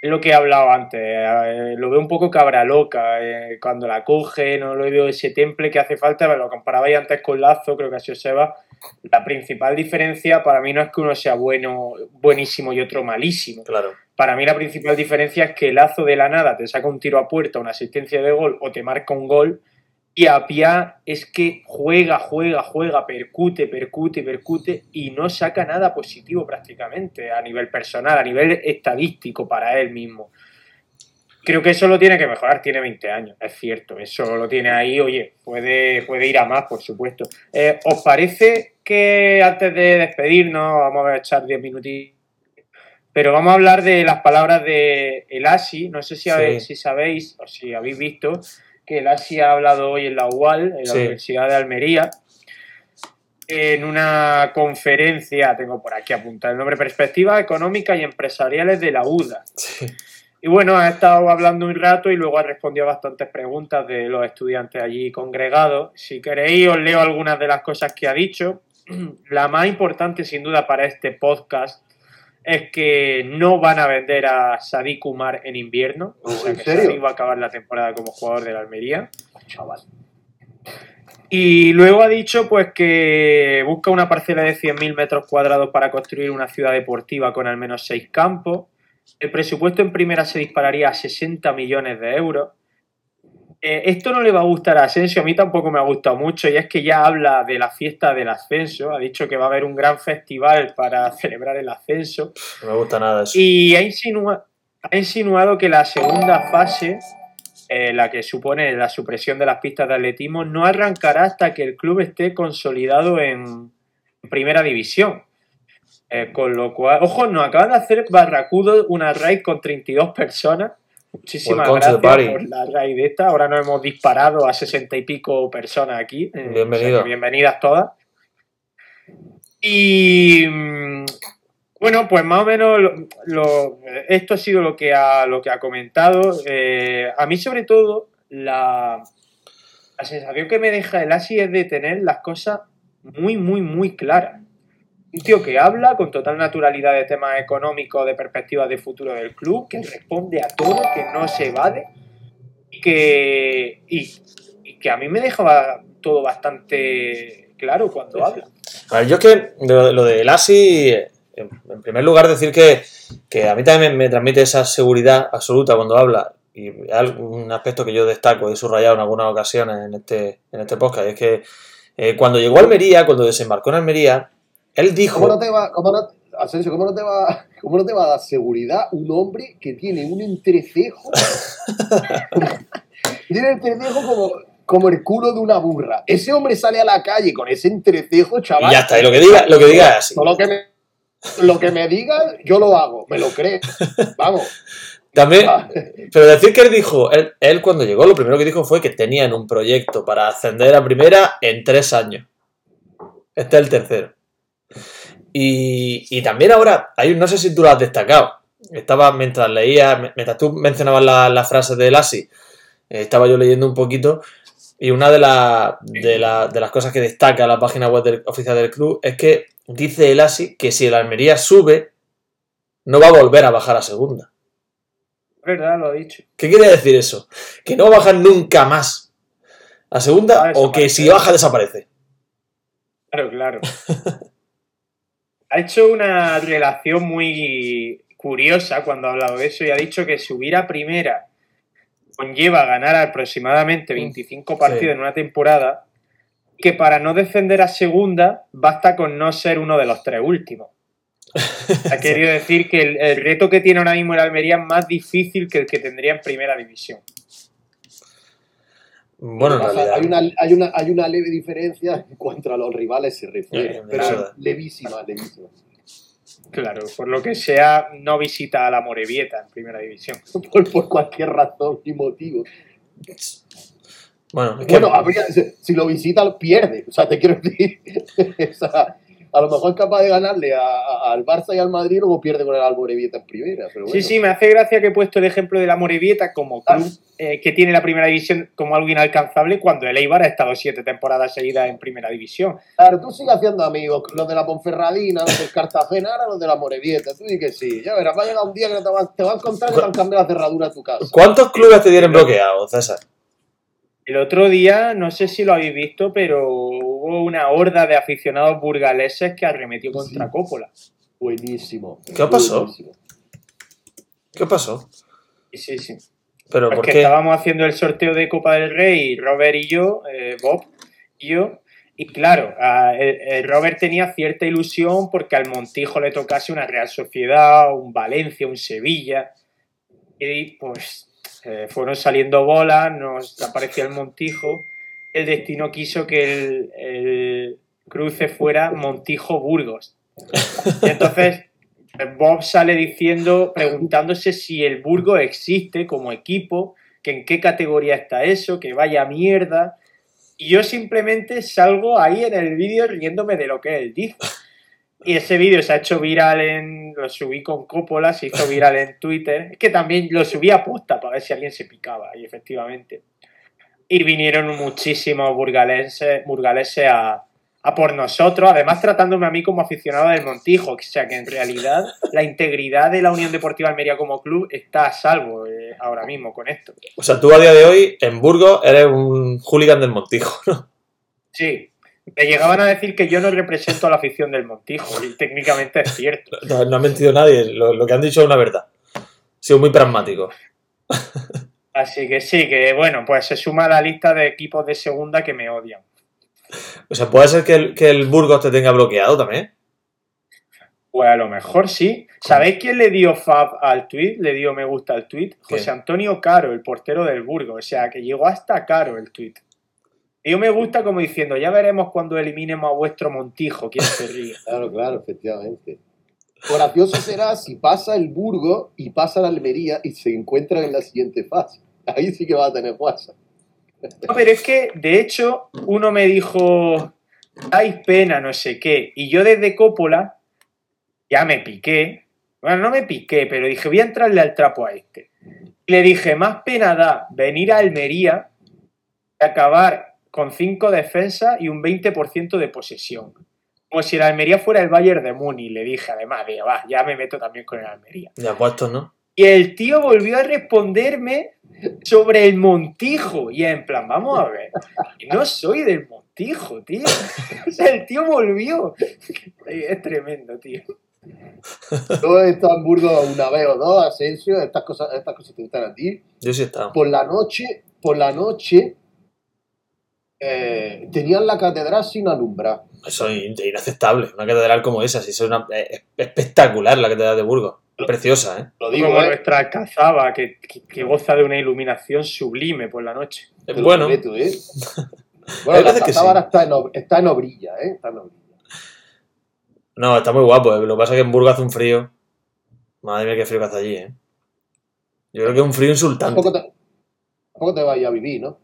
es lo que he hablado antes, lo veo un poco cabra loca, cuando la coge, no lo veo ese temple que hace falta, pero lo comparabais antes con Lazo, creo que así os Seba. La principal diferencia para mí no es que uno sea buenísimo y otro malísimo. Claro. Para mí la principal diferencia es que Lazo de la nada te saca un tiro a puerta, una asistencia de gol o te marca un gol, y Appiah es que juega, percute y no saca nada positivo prácticamente a nivel personal, a nivel estadístico para él mismo. Creo que eso lo tiene que mejorar, tiene 20 años, es cierto, eso lo tiene ahí, oye, puede ir a más, por supuesto. ¿Os parece que antes de despedirnos, vamos a echar 10 minutitos, pero vamos a hablar de las palabras de El Asi? No sé si sabéis o si habéis visto que El Asi ha hablado hoy en la UAL, en la Universidad de Almería, en una conferencia, tengo por aquí apuntado el nombre, Perspectivas Económicas y Empresariales de la UDA. Sí. Y bueno, ha estado hablando un rato y luego ha respondido a bastantes preguntas de los estudiantes allí congregados. Si queréis, os leo algunas de las cosas que ha dicho. La más importante, sin duda, para este podcast es que no van a vender a Sadik Umar en invierno. O sea, que Sadik va a acabar la temporada como jugador de la Almería. Chaval. Y luego ha dicho pues que busca una parcela de 100.000 metros cuadrados para construir una ciudad deportiva con al menos 6 campos. El presupuesto en primera se dispararía a 60 millones de euros. Esto no le va a gustar a Asensio, a mí tampoco me ha gustado mucho, y es que ya habla de la fiesta del ascenso, ha dicho que va a haber un gran festival para celebrar el ascenso. No me gusta nada eso. Y ha insinuado que la segunda fase, la que supone la supresión de las pistas de atletismo, no arrancará hasta que el club esté consolidado en primera división. Con lo cual, ojo, nos acaban de hacer Barracudo una raid con 32 personas. Muchísimas gracias por la raid esta. Ahora nos hemos disparado a 60 y pico personas aquí. Bienvenido. O sea, bienvenidas todas. Y bueno, pues más o menos esto ha sido lo que ha comentado. A mí, sobre todo, la sensación que me deja el Asi es de tener las cosas muy claras. Un tío que habla con total naturalidad de temas económicos, de perspectivas de futuro del club, que responde a todo, que no se evade y que a mí me deja todo bastante claro cuando habla. A ver, yo es que lo de El Asi, en primer lugar decir que a mí también me transmite esa seguridad absoluta cuando habla, y es un aspecto que yo destaco, he subrayado en algunas ocasiones en este podcast, es que cuando llegó a Almería, cuando desembarcó en Almería, él dijo... Asensio, ¿cómo no te va a dar seguridad un hombre que tiene un entrecejo? Tiene el entrecejo como el culo de una burra. Ese hombre sale a la calle con ese entrecejo, chaval. Y ya está, y lo que diga es así. Lo que me diga, yo lo hago, me lo creo. Vamos. También, pero decir que él dijo, él cuando llegó, lo primero que dijo fue que tenían un proyecto para ascender a primera en 3 años. Este es el tercero. Y también ahora, no sé si tú lo has destacado, mientras tú mencionabas las frases de El Asi, estaba yo leyendo un poquito, y una de las cosas que destaca la página web oficial del club es que dice El Asi que si el Almería sube, no va a volver a bajar a segunda. ¿Verdad? Lo ha dicho. ¿Qué quiere decir eso? ¿Que no va a bajar nunca más a segunda o que si baja desaparece? Claro. Ha hecho una relación muy curiosa cuando ha hablado de eso y ha dicho que subir a primera conlleva ganar aproximadamente 25 partidos en una temporada, que para no descender a segunda basta con no ser uno de los 3 últimos. Ha querido decir que el reto que tiene ahora mismo el Almería es más difícil que el que tendría en primera división. Bueno, en realidad hay una leve diferencia en cuanto a los rivales se refiere, pero levísima. Claro, por lo que sea, no visita a la Morevieta en primera división. Por cualquier razón y motivo. Bueno, si lo visita, pierde. O sea, te quiero decir. A lo mejor es capaz de ganarle al Barça y al Madrid, luego pierde con el Amorebieta en primera. Pero bueno. Sí, me hace gracia que he puesto el ejemplo de la Amorebieta como club que tiene la primera división como algo inalcanzable cuando el Eibar ha estado 7 temporadas seguidas en primera división. Claro, tú sigues haciendo amigos, los de la Ponferradina, los del Cartagena, ahora los de la Amorebieta. Tú di que sí, ya verás, va a llegar un día que te va a encontrar y te van a cambiar la cerradura de tu casa. ¿Cuántos clubes te tienen bloqueado, César? El otro día, no sé si lo habéis visto, pero hubo una horda de aficionados burgaleses que arremetió contra Coppola. Buenísimo. ¿Qué pasó? Buenísimo. ¿Qué pasó? Sí. ¿Pero por Porque qué? estábamos haciendo el sorteo de Copa del Rey, Robert y yo, Bob y yo, y claro, el Robert tenía cierta ilusión porque al Montijo le tocase una Real Sociedad, un Valencia, un Sevilla, y pues fueron saliendo bolas, nos apareció el Montijo, el destino quiso que el cruce fuera Montijo-Burgos. Y entonces Bob sale diciendo, preguntándose si el Burgos existe como equipo, que en qué categoría está eso, que vaya mierda. Y yo simplemente salgo ahí en el vídeo riéndome de lo que él dice. Y ese vídeo se ha hecho viral lo subí con Coppola, se hizo viral en Twitter. Es que también lo subí a posta para ver si alguien se picaba, y efectivamente. Y vinieron muchísimos burgaleses a por nosotros, además tratándome a mí como aficionado del Montijo, o sea que en realidad la integridad de la Unión Deportiva Almería como club está a salvo ahora mismo con esto. O sea, tú a día de hoy, en Burgos, eres un hooligan del Montijo, ¿no? Sí, me llegaban a decir que yo no represento a la afición del Montijo, y técnicamente es cierto. No ha mentido nadie, lo que han dicho es una verdad. Ha sido muy pragmático. Así que sí, que bueno, pues se suma a la lista de equipos de segunda que me odian. O sea, puede ser que el Burgos te tenga bloqueado también. Pues a lo mejor sí. ¿Sabéis quién le dio fab al tweet? Le dio me gusta al tweet. José Antonio Caro, el portero del Burgos. O sea, que llegó hasta Caro el tweet. Y yo me gusta como diciendo, ya veremos cuando eliminemos a vuestro Montijo, quién se ríe. Claro, efectivamente. Gracioso será si pasa el Burgos y pasa la Almería y se encuentran en la siguiente fase. Ahí sí que va a tener WhatsApp. No, pero es que, de hecho, uno me dijo, dais pena, no sé qué. Y yo desde Coppola ya me piqué. Bueno, no me piqué, pero dije, voy a entrarle al trapo a este. Y le dije, más pena da venir a Almería y acabar con 5 defensas y un 20% de posesión. Como si el Almería fuera el Bayern de Múnich, le dije, además, digo, va, ya me meto también con el Almería. Ya puestos, ¿no? Y el tío volvió a responderme sobre el Montijo. Y en plan, vamos a ver, no soy del Montijo, tío. O sea, el tío volvió. Es tremendo, tío. Yo he estado en Burgos una vez o dos, Asensio, estas cosas te gustan a ti. Yo sí he estado. Por la noche tenían la catedral sin alumbrar. Eso es inaceptable. Una catedral como esa, sí, es espectacular la catedral de Burgos. Preciosa, ¿eh? Lo digo, como nuestra Alcazaba, que goza de una iluminación sublime por la noche. Es bueno. Prometo, Bueno, la Alcazaba ahora está en obrilla, Está en obrilla. No, está muy guapo, Lo que pasa es que en Burgos hace un frío. Madre mía, qué frío que hace allí, Yo creo que es un frío insultante. Tampoco te vayas a vivir, ¿no?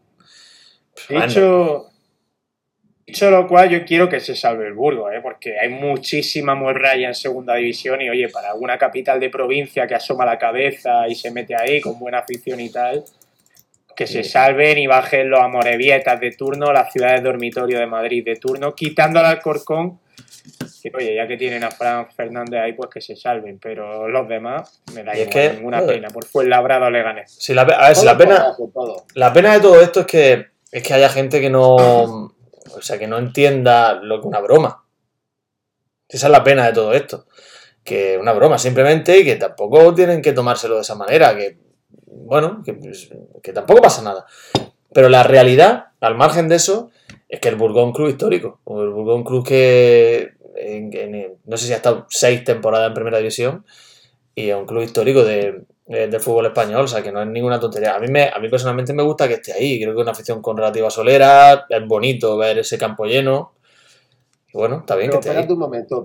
Dicho lo cual, yo quiero que se salve el Burgos, porque hay muchísima morralla en segunda división y, oye, para alguna capital de provincia que asoma la cabeza y se mete ahí con buena afición y tal, que se salven y bajen los amorebietas de turno, las ciudades dormitorio de Madrid de turno, quitando al Alcorcón, que, oye, ya que tienen a Fran Fernández ahí, pues que se salven, pero los demás me da igual, ninguna pena, por Fuenlabrada o Leganés. Sí, la pena de todo esto es que haya gente que no... O sea, que no entienda lo que es una broma. Esa es la pena de todo esto. Que es una broma simplemente y que tampoco tienen que tomárselo de esa manera. Que, bueno, que tampoco pasa nada. Pero la realidad, al margen de eso, es que el Burgos es un club histórico. El Burgos es un club que no sé si ha estado 6 temporadas en primera división y es un club histórico del fútbol español, o sea que no es ninguna tontería. A mí personalmente me gusta que esté ahí, creo que es una afición con relativa solera, es bonito ver ese campo lleno. Y bueno, está bien. Pero que esté espérate ahí. Un momento,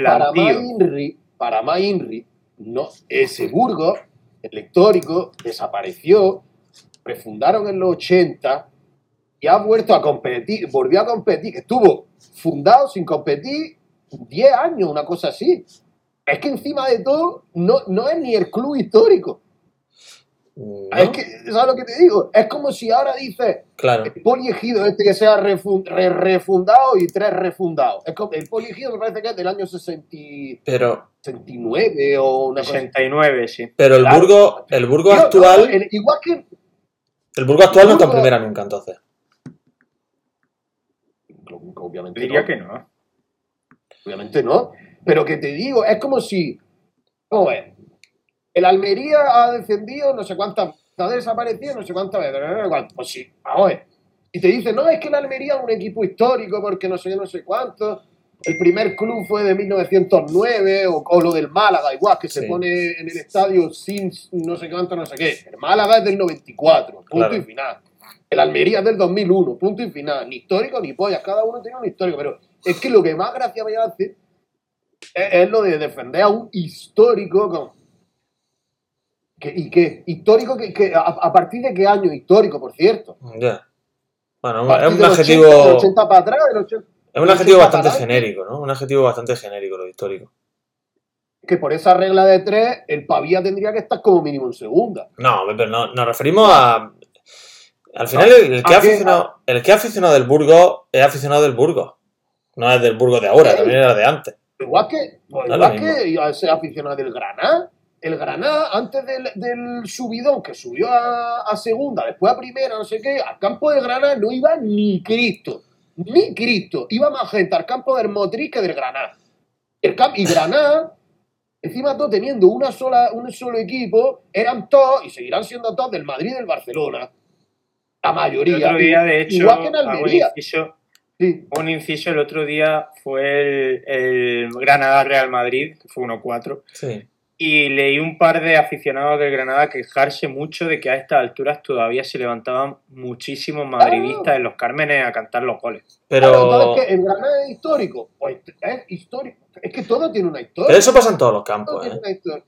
para Mainri, no, ese Burgos, el histórico, desapareció, refundaron en los 80 y ha vuelto a competir, volvió a competir, estuvo fundado sin competir 10 años, una cosa así. Es que encima de todo, no es ni el club histórico. ¿No? Es que, ¿sabes lo que te digo? Es como si ahora dices Claro. el poliegido este que sea refundado y 3 refundados. Es como, el poliegido me parece que es del año 69 Pero, o una cosa. 69, sí. pero el Claro. Burgo Tío, actual, no, igual que el Burgo actual no está en Burgo- primera nunca, entonces. obviamente Diría no. que no. Obviamente no. Pero que te digo, es como si. ¿Cómo es? El Almería ha descendido no sé cuántas. Ha desaparecido no sé cuántas veces. Pues sí, vamos a ver. Y te dicen, no, es que el Almería es un equipo histórico porque no sé qué, no sé cuánto. El primer club fue de 1909 o lo del Málaga, igual, que se Sí. pone en el estadio sin no sé cuánto, no sé qué. El Málaga es del 94, punto Claro. y final. El Almería es del 2001, punto y final. Ni histórico ni pollas, cada uno tiene un histórico. Pero es que lo que más gracia me hace es lo de defender a un histórico con... ¿Y qué? Histórico, ¿a partir de qué año histórico, por cierto? Ya. Bueno, A partir es un del 80, adjetivo. del 80 para atrás, del 80, Es un del adjetivo 80 bastante para adelante. genérico, ¿no? Un adjetivo bastante genérico, lo histórico. Que por esa regla de 3, el Pavía tendría que estar como mínimo en segunda. No, pero no, nos referimos a. Al final, el que ha aficionado del Burgos es aficionado del Burgos. No es del Burgos de ahora, también era de antes. Igual que, pues No es igual lo que iba a ser aficionado del Granada. El Granada, antes del subidón que subió a segunda, después a primera, no sé qué, al campo de Granada no iba ni Cristo. Ni Cristo. Iba más gente al campo del Motriz que del Granada. Y Granada, encima todo teniendo un solo equipo, eran todos, y seguirán siendo todos, del Madrid y del Barcelona. La mayoría. El otro día, de hecho, igual que en hago Almería. un Sí. inciso, el otro día fue el Granada-Real Madrid, que fue 1-4, Sí. y leí un par de aficionados del Granada quejarse mucho de que a estas alturas todavía se levantaban muchísimos madridistas en los Cármenes a cantar los goles. Claro, Pero. entonces, ¿qué? ¿El Granada es histórico? Pues es histórico. Es que todo tiene una historia. Pero eso pasa en todos los Todo campos, tiene ¿eh? una historia.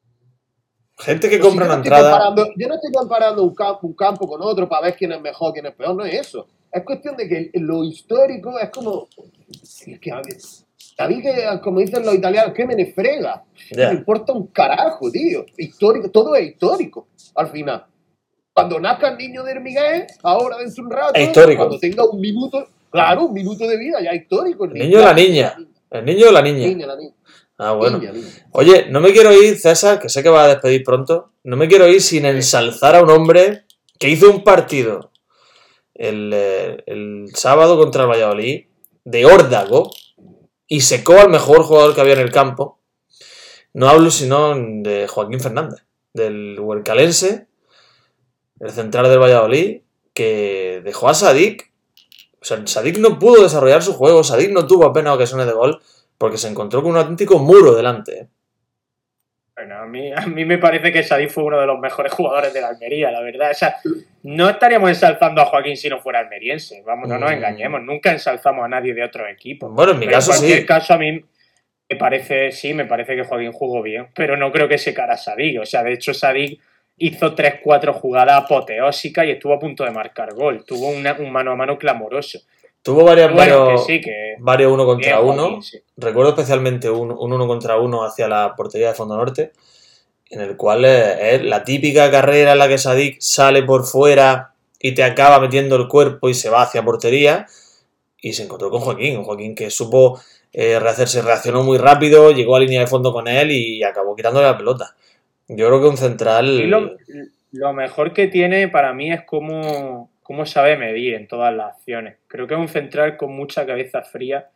Gente que Pero compra si una entrada. yo no estoy comparando un campo con otro para ver quién es mejor, quién es peor, no es eso. Es cuestión de que lo histórico es como... Es que a mí que, como dicen los italianos, que me frega. Ya. Me importa un carajo, tío. Histórico, todo es histórico, al final. Cuando nazca el niño de Miguel, ahora dentro de un rato, Es histórico. cuando tenga un minuto, claro, un minuto de vida, ya es histórico. ¿El niño o la niña? ¿El niño o la niña? La niña. Ah, bueno. Niña. Oye, no me quiero ir, César, que sé que vas a despedir pronto. No me quiero ir sin ensalzar a un hombre que hizo un partido el sábado contra el Valladolid de órdago y secó al mejor jugador que había en el campo. No hablo sino de Joaquín Fernández, del huercalense, el central del Valladolid, que dejó a Sadik. O sea, Sadik no pudo desarrollar su juego, Sadik no tuvo apenas ocasiones de gol porque se encontró con un auténtico muro delante. Bueno, a mí me parece que Sadik fue uno de los mejores jugadores de la Almería, la verdad. O sea, no estaríamos ensalzando a Joaquín si no fuera almeriense. Vamos, no nos engañemos. Nunca ensalzamos a nadie de otro equipo. Bueno, en mi Pero caso en cualquier sí. caso, a mí me parece que Joaquín jugó bien, pero no creo que se cara a Sadik. O sea, de hecho, Sadik hizo 3-4 jugadas apoteósicas y estuvo a punto de marcar gol. Tuvo un mano a mano clamoroso. Tuvo varios uno contra bien, uno. Joaquín, sí. Recuerdo especialmente un uno contra uno hacia la portería de Fondo Norte, en el cual es la típica carrera en la que Sadik sale por fuera y te acaba metiendo el cuerpo y se va hacia portería, y se encontró con Joaquín, un Joaquín que supo rehacerse, reaccionó muy rápido, llegó a línea de fondo con él y acabó quitándole la pelota. Yo creo que un central... Y lo mejor que tiene para mí es cómo sabe medir en todas las acciones. Creo que es un central con mucha cabeza fría.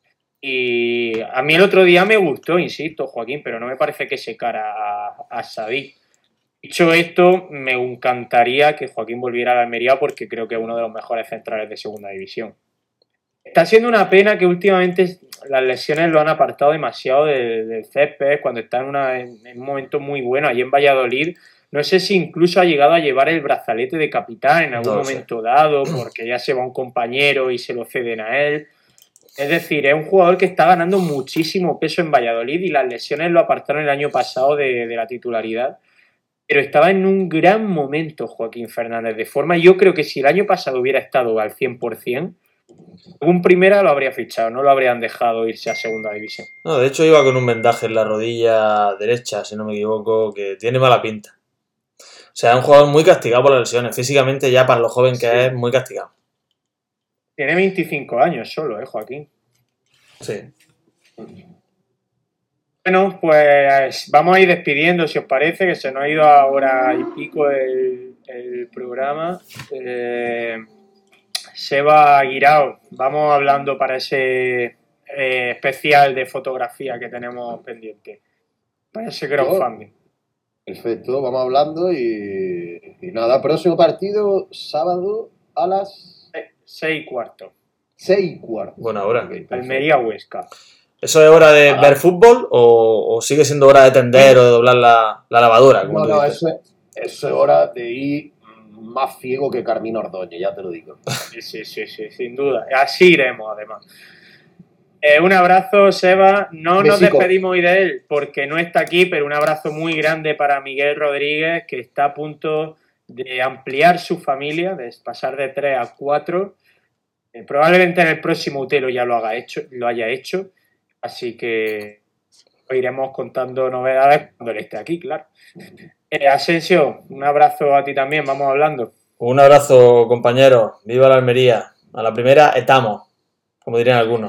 Y a mí el otro día me gustó, insisto, Joaquín, pero no me parece que se cara a Sadik. Dicho esto, me encantaría que Joaquín volviera a la Almería porque creo que es uno de los mejores centrales de segunda división. Está siendo una pena que últimamente las lesiones lo han apartado demasiado del césped cuando está en un momento muy bueno allí en Valladolid. No sé si incluso ha llegado a llevar el brazalete de capitán en algún momento dado porque ya se va un compañero y se lo ceden a él. Es decir, es un jugador que está ganando muchísimo peso en Valladolid y las lesiones lo apartaron el año pasado de la titularidad. Pero estaba en un gran momento Joaquín Fernández de forma. Yo creo que si el año pasado hubiera estado al 100%, Algún primera lo habría fichado, no lo habrían dejado irse a segunda división. No, de hecho iba con un vendaje en la rodilla derecha, si no me equivoco, que tiene mala pinta. O sea, es un jugador muy castigado por las lesiones. Físicamente ya para lo joven que es, muy castigado. Tiene 25 años solo, Joaquín. Sí. Bueno, pues vamos a ir despidiendo, si os parece, que se nos ha ido a hora y pico el programa. Seba Guirao, vamos hablando para ese especial de fotografía que tenemos pendiente, para ese crowdfunding. Perfecto, vamos hablando y nada, próximo partido, sábado a las 6:15. 6:15. Buena hora. Almería-Huesca. ¿Eso es hora de ver fútbol o sigue siendo hora de tender o de doblar la lavadora? Como No, tú dices? eso es hora de ir más ciego que Carmino Ordóñez, ya te lo digo. Sí, sin duda. Así iremos, además. Un abrazo, Seba. No nos Besico. despedimos hoy de él porque no está aquí, pero un abrazo muy grande para Miguel Rodríguez, que está a punto de ampliar su familia, de pasar de 3 a 4. Probablemente en el próximo Utelo ya lo haya hecho. Así que os iremos contando novedades cuando él esté aquí, claro. Asensio, un abrazo a ti también, vamos hablando. Un abrazo, compañeros. Viva la Almería. A la primera, estamos, como dirían algunos.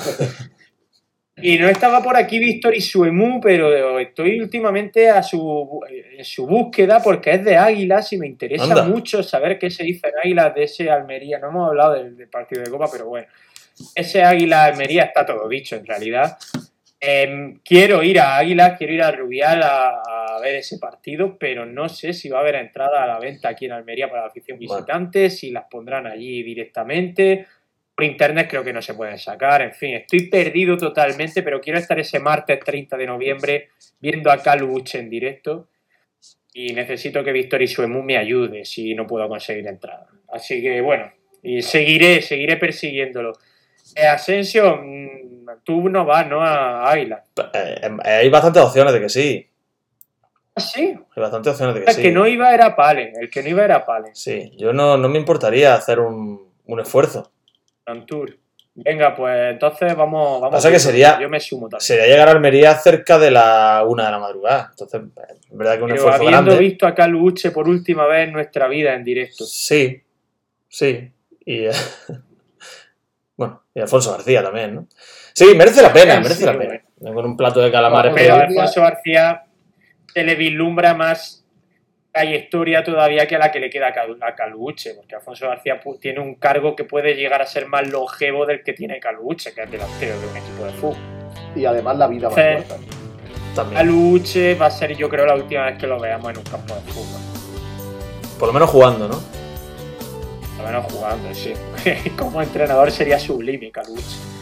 Y no estaba por aquí Víctor Isuemu, pero estoy últimamente en su búsqueda porque es de Águilas y me interesa mucho saber qué se dice en Águilas de ese Almería. No hemos hablado del partido de Copa, pero bueno. Ese Águila-Almería está todo dicho, en realidad. Quiero ir a Águilas, quiero ir a Rubial a ver ese partido, pero no sé si va a haber entrada a la venta aquí en Almería para la afición visitante, si las pondrán allí directamente. Por internet creo que no se pueden sacar, en fin, estoy perdido totalmente, pero quiero estar ese martes 30 de noviembre viendo a Kalu Uche en directo y necesito que Víctor Isuemu me ayude si no puedo conseguir entrada. Así que bueno, y seguiré persiguiéndolo. Asensio, tú no vas, ¿no? A Águila. Hay bastantes opciones de que sí. ¿Ah, sí? Hay bastantes opciones de que sí. El que no iba era Palen. Sí, yo no me importaría hacer un esfuerzo. Un tour. Venga, pues entonces vamos. Pasa que yo me sumo también. Sería llegar a Almería cerca de la 1 de la madrugada. Entonces, es verdad que un esfuerzo grande. Habiendo visto a Kalu Uche por última vez en nuestra vida en directo. Sí. Y bueno, y Alfonso García también, ¿no? Sí, merece la pena. Con un plato de calamares. Pero a Alfonso García se le vislumbra más trayectoria todavía que a la que le queda a Kalu Uche, porque Alfonso García tiene un cargo que puede llegar a ser más longevo del que tiene Kalu Uche, que es delantero de un equipo de fútbol. Y además la vida más corta. Kalu Uche va a ser, yo creo, la última vez que lo veamos en un campo de fútbol. Por lo menos jugando, ¿no? Por lo menos jugando, sí. Como entrenador sería sublime Kalu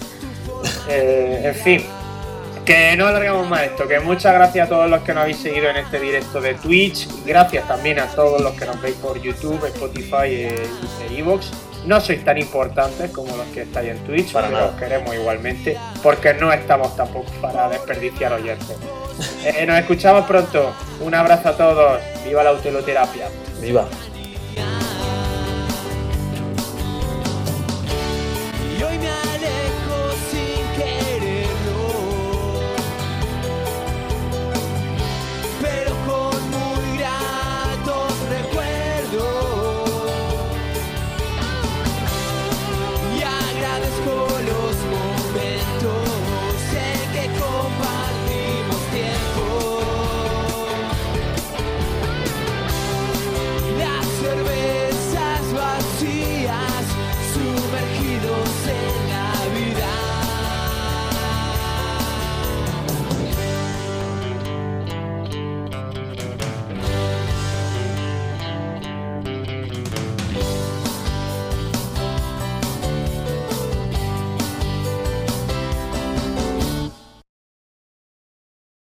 Uche. En fin. Que no alargamos más esto, que muchas gracias a todos los que nos habéis seguido en este directo de Twitch, y gracias también a todos los que nos veis por YouTube, Spotify e iVoox. No sois tan importantes como los que estáis en Twitch, pero os queremos igualmente, porque no estamos tampoco para desperdiciar oyentes. Nos escuchamos pronto, un abrazo a todos, viva la uteloterapia. Viva.